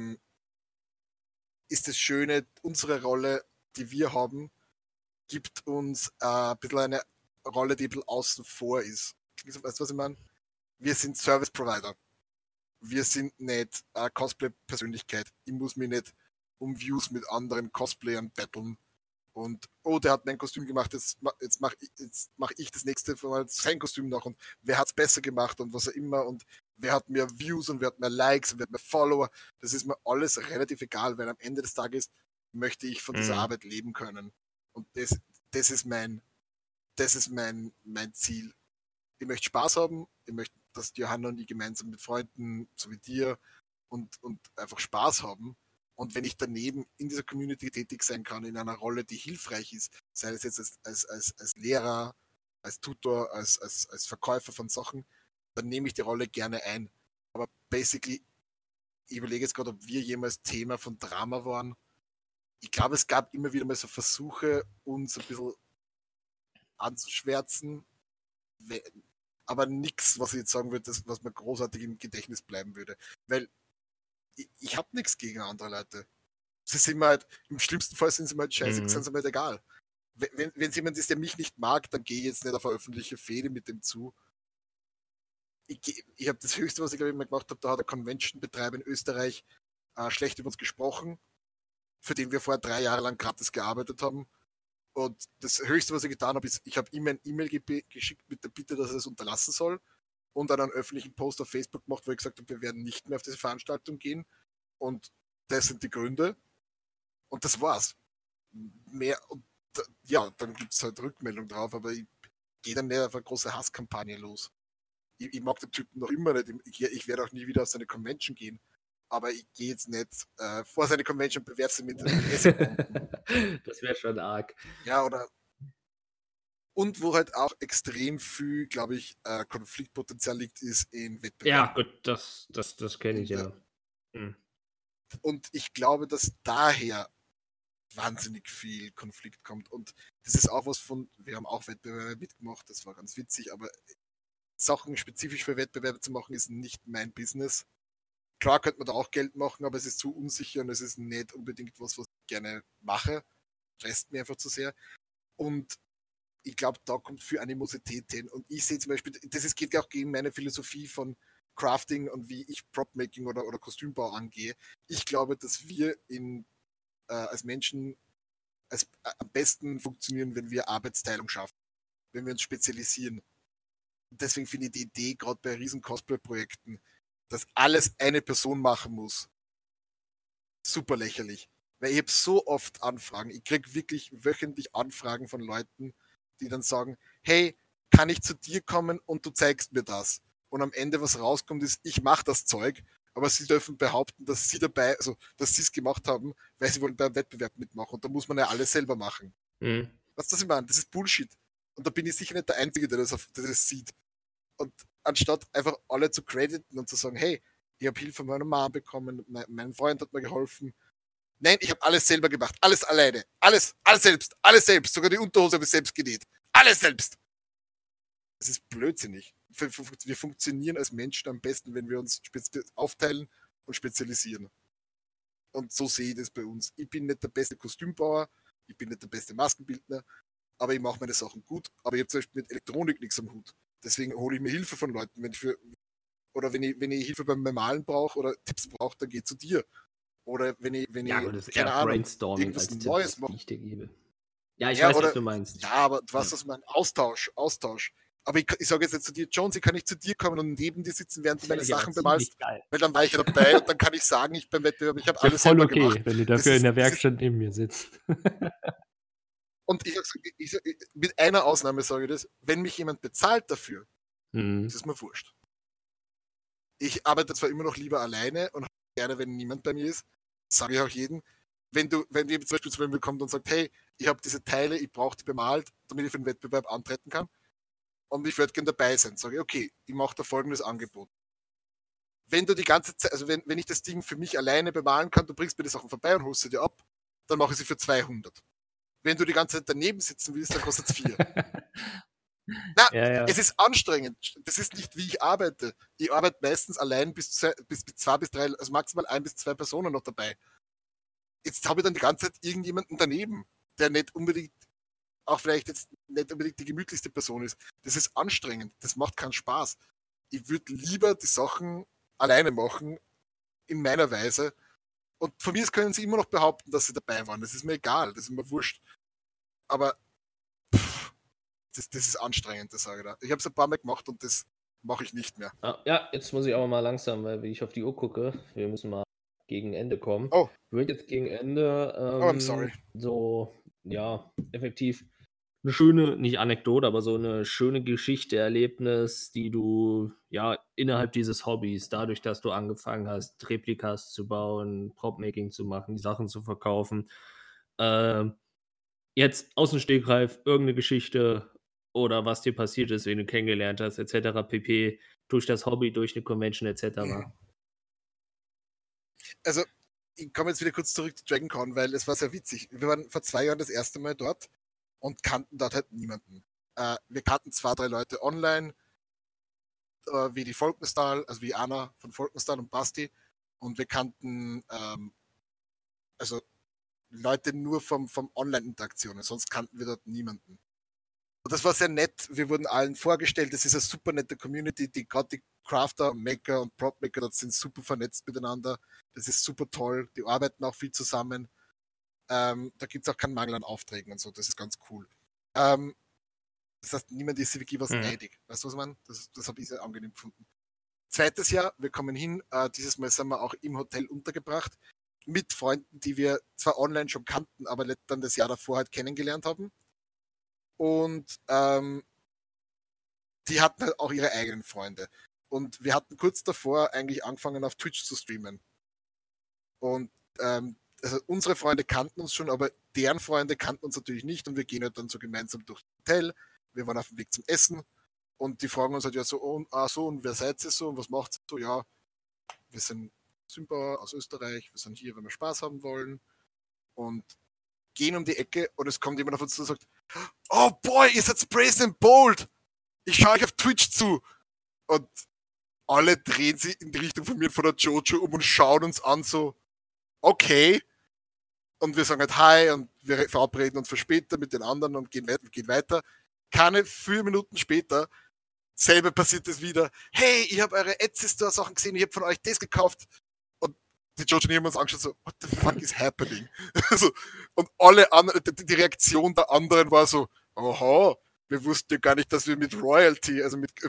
ist das Schöne, unsere Rolle, die wir haben, gibt uns ein bisschen eine Rolle, die ein bisschen außen vor ist. Weißt du, was ich meine? Wir sind Service Provider. Wir sind nicht eine Cosplay-Persönlichkeit. Ich muss mich nicht um Views mit anderen Cosplayern battlen. Und, oh, der hat mein Kostüm gemacht, jetzt mach ich das nächste Mal sein Kostüm nach und wer hat es besser gemacht und was auch immer und wer hat mehr Views und wer hat mehr Likes und wer hat mehr Follower. Das ist mir alles relativ egal, weil am Ende des Tages möchte ich von dieser Mhm. Arbeit leben können. Und das ist mein Ziel. Ich möchte Spaß haben, ich möchte, dass Johanna und ich gemeinsam mit Freunden, so wie dir, und einfach Spaß haben. Und wenn ich daneben in dieser Community tätig sein kann, in einer Rolle, die hilfreich ist, sei es jetzt als Lehrer, als Tutor, als Verkäufer von Sachen, dann nehme ich die Rolle gerne ein. Aber basically, ich überlege jetzt gerade, ob wir jemals Thema von Drama waren. Ich glaube, es gab immer wieder mal so Versuche, uns ein bisschen anzuschwärzen, aber nichts, was ich jetzt sagen würde, was mir großartig im Gedächtnis bleiben würde. Weil ich habe nichts gegen andere Leute. Sie sind mir halt, im schlimmsten Fall sind sie mir halt scheiße, sind sie mir halt egal. Wenn es jemand ist, der mich nicht mag, dann gehe ich jetzt nicht auf eine öffentliche Fehde mit dem zu. Ich habe das Höchste, was ich glaube ich mal gemacht habe, da hat der Convention-Betreiber in Österreich schlecht über uns gesprochen, für den wir vorher 3 Jahre lang gratis gearbeitet haben. Und das Höchste, was ich getan habe, ist, ich habe ihm ein E-Mail geschickt mit der Bitte, dass er es unterlassen soll und dann einen öffentlichen Post auf Facebook gemacht, wo ich gesagt habe, wir werden nicht mehr auf diese Veranstaltung gehen. Und das sind die Gründe. Und das war's. Mehr, und ja, dann gibt es halt Rückmeldung drauf, aber ich gehe dann nicht auf eine große Hasskampagne los. Ich mag den Typen noch immer nicht. Ich werde auch nie wieder auf seine Convention gehen. Aber ich gehe jetzt nicht vor seine Convention, bewerfe sie mit Essigbomben. Das wäre schon arg. Ja, oder. Und wo halt auch extrem viel, glaube ich, Konfliktpotenzial liegt, ist in Ja, Wettbewerben. gut, das kenne ich ja. Und ich glaube, dass daher wahnsinnig viel Konflikt kommt. Und das ist auch was von, wir haben auch Wettbewerbe mitgemacht, das war ganz witzig, aber Sachen spezifisch für Wettbewerbe zu machen, ist nicht mein Business. Klar könnte man da auch Geld machen, aber es ist zu unsicher und es ist nicht unbedingt was ich gerne mache. Stresst mir einfach zu sehr. Und ich glaube, da kommt viel Animosität hin. Und ich sehe zum Beispiel, geht ja auch gegen meine Philosophie von Crafting und wie ich Prop-Making oder Kostümbau angehe. Ich glaube, dass wir als Menschen am besten funktionieren, wenn wir Arbeitsteilung schaffen, wenn wir uns spezialisieren. Deswegen finde ich die Idee, gerade bei riesen Cosplay-Projekten, dass alles eine Person machen muss, super lächerlich. Weil ich habe so oft Anfragen, ich kriege wirklich wöchentlich Anfragen von Leuten, die dann sagen, hey, kann ich zu dir kommen und du zeigst mir das? Und am Ende, was rauskommt, ist, ich mache das Zeug, aber sie dürfen behaupten, dass sie dabei, also dass sie es gemacht haben, weil sie wollen beim Wettbewerb mitmachen. Und da muss man ja alles selber machen. Mhm. Was das ich meine? Das ist Bullshit. Und da bin ich sicher nicht der Einzige, der das sieht. Und anstatt einfach alle zu crediten und zu sagen, hey, ich habe Hilfe von meiner Mama bekommen, mein Freund hat mir geholfen. Nein, ich habe alles selber gemacht, alles alleine, alles selbst, sogar die Unterhose habe ich selbst genäht, alles selbst. Das ist blödsinnig. Wir funktionieren als Menschen am besten, wenn wir uns aufteilen und spezialisieren. Und so sehe ich das bei uns. Ich bin nicht der beste Kostümbauer, ich bin nicht der beste Maskenbildner, aber ich mache meine Sachen gut. Aber ich habe zum Beispiel mit Elektronik nichts am Hut. Deswegen hole ich mir Hilfe von Leuten. Wenn ich Hilfe beim Malen brauche oder Tipps brauche, dann geh zu dir. Oder wenn ich, Ja, gut, das ist keine eher Ahnung, Brainstorming irgendwas als Neues Tipps, mache. die ich dir gebe. Ja, ich Ja, weiß, was oder, du meinst. ja, aber du weißt, was ich meine. Austausch. Aber ich sage jetzt nicht zu dir, Jones, ich kann nicht zu dir kommen und neben dir sitzen, während du meine Sachen bemalst, Geil. weil dann war ich ja dabei und dann kann ich sagen, ich beim Wettbewerb, ich habe Ist ja alles voll selber okay, gemacht. wenn du dafür in der Werkstatt neben mir sitzt. Und mit einer Ausnahme sage ich das, wenn mich jemand bezahlt dafür, ist es mir wurscht. Ich arbeite zwar immer noch lieber alleine und gerne, wenn niemand bei mir ist, sage ich auch jedem. Wenn jemand zum Beispiel zu mir kommt und sagt, hey, ich habe diese Teile, ich brauche die bemalt, damit ich für den Wettbewerb antreten kann und ich würde gerne dabei sein, sage ich, okay, ich mache da folgendes Angebot. Wenn du die ganze Zeit, also wenn ich das Ding für mich alleine bemalen kann, du bringst mir die Sachen vorbei und holst sie dir ab, dann mache ich sie für 200. Wenn du die ganze Zeit daneben sitzen willst, dann kostet es 4. Na, Ja. es ist anstrengend. Das ist nicht, wie ich arbeite. Ich arbeite meistens allein bis 2 bis 3, also maximal 1 bis 2 Personen noch dabei. Jetzt habe ich dann die ganze Zeit irgendjemanden daneben, der nicht unbedingt, auch vielleicht jetzt nicht unbedingt die gemütlichste Person ist. Das ist anstrengend. Das macht keinen Spaß. Ich würde lieber die Sachen alleine machen, in meiner Weise. Und von mir können sie immer noch behaupten, dass sie dabei waren. Das ist mir egal. Das ist mir wurscht. Aber das ist anstrengend, das sage ich da. Ich habe es ein paar Mal gemacht und das mache ich nicht mehr. Ja, jetzt muss ich aber mal langsam, weil wie ich auf die Uhr gucke, wir müssen mal gegen Ende kommen. Oh. Wird jetzt gegen Ende I'm sorry. so, ja, effektiv eine schöne, nicht Anekdote, aber so eine schöne Geschichte, Erlebnis, die du ja innerhalb dieses Hobbys, dadurch, dass du angefangen hast, Replikas zu bauen, Prop-Making zu machen, die Sachen zu verkaufen, jetzt aus dem Stegreif irgendeine Geschichte oder was dir passiert ist, wen du kennengelernt hast, etc. pp. Durch das Hobby, durch eine Convention etc. Also, ich komme jetzt wieder kurz zurück zu DragonCon, weil es war sehr witzig. Wir waren vor 2 Jahren das erste Mal dort und kannten dort halt niemanden. Wir kannten 2, 3 Leute online, wie die Volkenstahl, also wie Anna von Volkenstahl und Basti. Und wir kannten also Leute nur vom Online-Interaktionen, sonst kannten wir dort niemanden. Und das war sehr nett. Wir wurden allen vorgestellt. Das ist eine super nette Community. Gerade die Crafter, Maker und Prop-Maker dort sind super vernetzt miteinander. Das ist super toll. Die arbeiten auch viel zusammen. Da gibt es auch keinen Mangel an Aufträgen und so. Das ist ganz cool. Das heißt, niemand ist wirklich was neidig. Weißt du, was ich meine? Das habe ich sehr angenehm gefunden. Zweites Jahr, wir kommen hin. Dieses Mal sind wir auch im Hotel untergebracht. Mit Freunden, die wir zwar online schon kannten, aber dann das Jahr davor halt kennengelernt haben. Und die hatten halt auch ihre eigenen Freunde. Und wir hatten kurz davor eigentlich angefangen, auf Twitch zu streamen. Und also unsere Freunde kannten uns schon, aber deren Freunde kannten uns natürlich nicht. Und wir gehen halt dann so gemeinsam durch das Hotel. Wir waren auf dem Weg zum Essen. Und die fragen uns halt ja so, und wer seid ihr so und was macht ihr so? Ja, wir sind Sympa aus Österreich, wir sind hier, wenn wir Spaß haben wollen. Und gehen um die Ecke und es kommt jemand auf uns zu und sagt, oh boy, ihr seid Brazen and Bold. Ich schaue euch auf Twitch zu. Und alle drehen sich in die Richtung von mir und von der Jojo um und schauen uns an so, okay. Und wir sagen halt Hi und wir verabreden uns für später mit den anderen und gehen weiter. Keine 4 Minuten später, selber passiert es wieder. Hey, ich habe eure Etsy-Store-Sachen gesehen, ich habe von euch das gekauft. Und die Jojo und ich haben uns angeschaut so, what the fuck is happening? Also, und alle anderen, die Reaktion der anderen war so, aha, wir wussten ja gar nicht, dass wir mit Royalty, also mit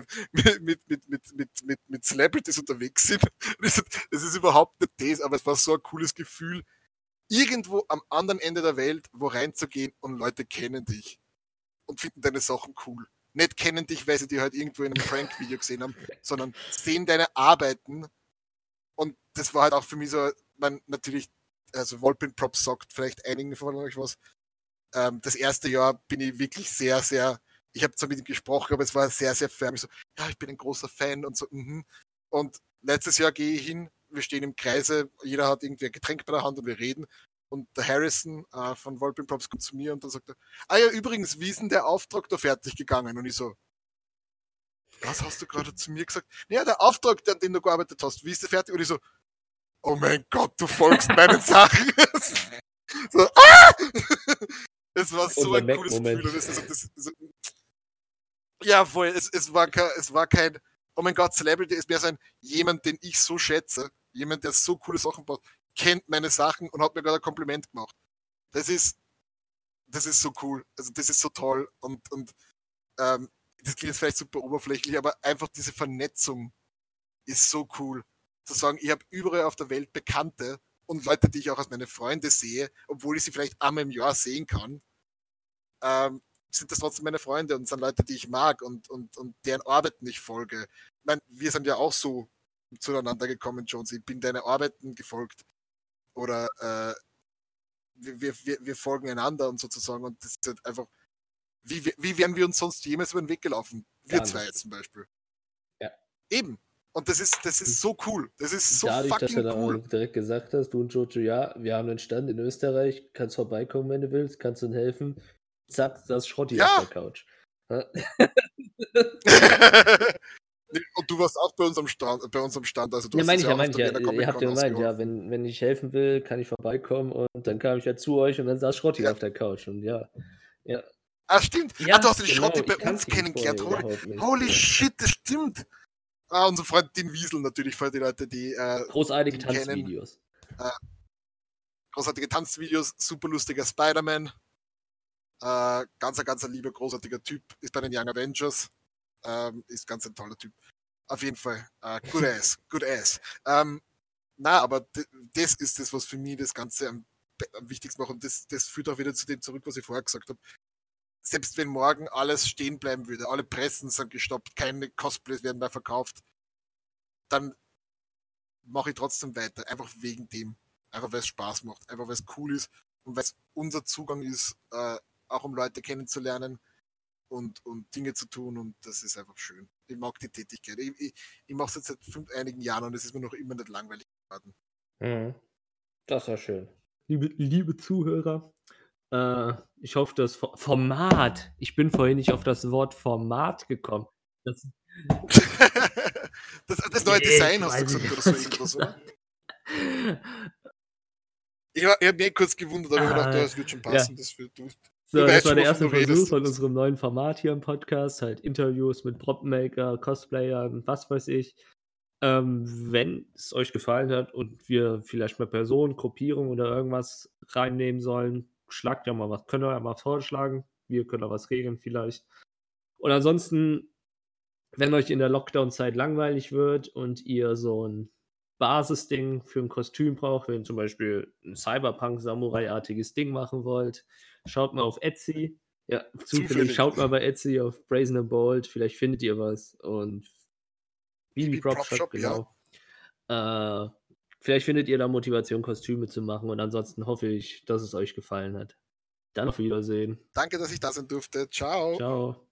Celebrities unterwegs sind. Das ist überhaupt nicht das, aber es war so ein cooles Gefühl, irgendwo am anderen Ende der Welt wo reinzugehen und Leute kennen dich und finden deine Sachen cool. Nicht kennen dich, weil sie die halt irgendwo in einem Prank-Video gesehen haben, sondern sehen deine Arbeiten. Und das war halt auch für mich so, man natürlich, also Volpin Props sagt vielleicht einigen von euch was. Das erste Jahr bin ich wirklich sehr, sehr, ich habe zwar mit ihm gesprochen, aber es war sehr, sehr förmlich so, ja, ich bin ein großer Fan und so. Und letztes Jahr gehe ich hin, wir stehen im Kreise, jeder hat irgendwie ein Getränk bei der Hand und wir reden. Und der Harrison von Volpin Props kommt zu mir und dann sagt er, ja, übrigens, wie ist denn der Auftrag da fertig gegangen? Und ich so, was hast du gerade zu mir gesagt? Ja, der Auftrag, an dem du gearbeitet hast, wie ist der fertig? Und ich so, oh mein Gott, du folgst meinen Sachen. So, es war so ein cooles Gefühl. Ja, voll, es war kein, oh mein Gott, Celebrity ist mehr so jemand, den ich so schätze, jemand, der so coole Sachen baut, kennt meine Sachen und hat mir gerade ein Kompliment gemacht. Das ist so cool, also das ist so toll und das klingt jetzt vielleicht super oberflächlich, aber einfach diese Vernetzung ist so cool. Zu sagen, ich habe überall auf der Welt Bekannte und Leute, die ich auch als meine Freunde sehe, obwohl ich sie vielleicht einmal im Jahr sehen kann. sind das trotzdem meine Freunde und sind Leute, die ich mag und deren Arbeiten ich folge. Ich meine, wir sind ja auch so zueinander gekommen, Jones. Ich bin deine Arbeiten gefolgt. Oder wir folgen einander und sozusagen. Und das ist halt einfach, wie wären wir uns sonst jemals über den Weg gelaufen? Wir zwei jetzt zum Beispiel. Ja. Eben. Und das ist so cool. Das ist so dadurch, dass fucking du da cool. direkt gesagt hast, du und Jojo, ja, wir haben einen Stand in Österreich, kannst vorbeikommen, wenn du willst, kannst uns helfen. Zack, das Schrotti auf der Couch. Und du warst auch bei unserem Stand, also du Ja, hast meine es ich ja ja, auch meine auf ich der ja. Wiener Comic Ihr habt Con ja gemeint, ja, ausgeholfen. wenn ich helfen will, kann ich vorbeikommen und dann kam ich ja zu euch und dann saß Schrotti Ja. auf der Couch und ja. Ah, stimmt. Ja, du hast den genau, Schrotti bei ich kannte uns ihn kennengelernt. vorher überhaupt nicht. Holy shit, das stimmt. Unser Freund Dean Wiesel natürlich, für die Leute, die großartige ihn Tanzvideos. Großartige Tanzvideos, super lustiger Spider-Man. Ganz ein lieber, großartiger Typ. Ist bei den Young Avengers. Ist ganz ein toller Typ. Auf jeden Fall. Good ass. Aber das ist das, was für mich das Ganze am wichtigsten macht. Und das führt auch wieder zu dem zurück, was ich vorher gesagt habe. Selbst wenn morgen alles stehen bleiben würde, alle Pressen sind gestoppt, keine Cosplays werden mehr verkauft, dann mache ich trotzdem weiter. Einfach wegen dem. Einfach weil es Spaß macht. Einfach weil es cool ist und weil es unser Zugang ist, auch um Leute kennenzulernen und Dinge zu tun. Und das ist einfach schön. Ich mag die Tätigkeit. Ich mache es jetzt seit einigen Jahren und es ist mir noch immer nicht langweilig geworden. Mhm. Das war schön. Liebe Zuhörer, ich hoffe, das Format. Ich bin vorhin nicht auf das Wort Format gekommen. Das neue Design hast du gesagt, oder so irgendwas, oder? Ich habe mich kurz gewundert, aber ich habe gedacht, das wird schon passen. Ja. Du das war der wovon erste du redest. Versuch von unserem neuen Format hier im Podcast, halt Interviews mit Propmaker, Cosplayern, was weiß ich. Wenn es euch gefallen hat und wir vielleicht mal Personen, Gruppierung oder irgendwas reinnehmen sollen, schlagt ja mal was, könnt ihr ja mal vorschlagen. Wir können da was regeln vielleicht. Und ansonsten, wenn euch in der Lockdown-Zeit langweilig wird und ihr so ein Basisding für ein Kostüm braucht, wenn ihr zum Beispiel ein Cyberpunk-Samurai-artiges Ding machen wollt, schaut mal auf Etsy. Ja, zufällig schaut mal bei Etsy auf Brazen and Bold, vielleicht findet ihr was. Und Bibi Prop Shop, genau. Ja. Vielleicht findet ihr da Motivation, Kostüme zu machen. Und ansonsten hoffe ich, dass es euch gefallen hat. Dann auf Wiedersehen. Danke, dass ich da sein durfte. Ciao. Ciao.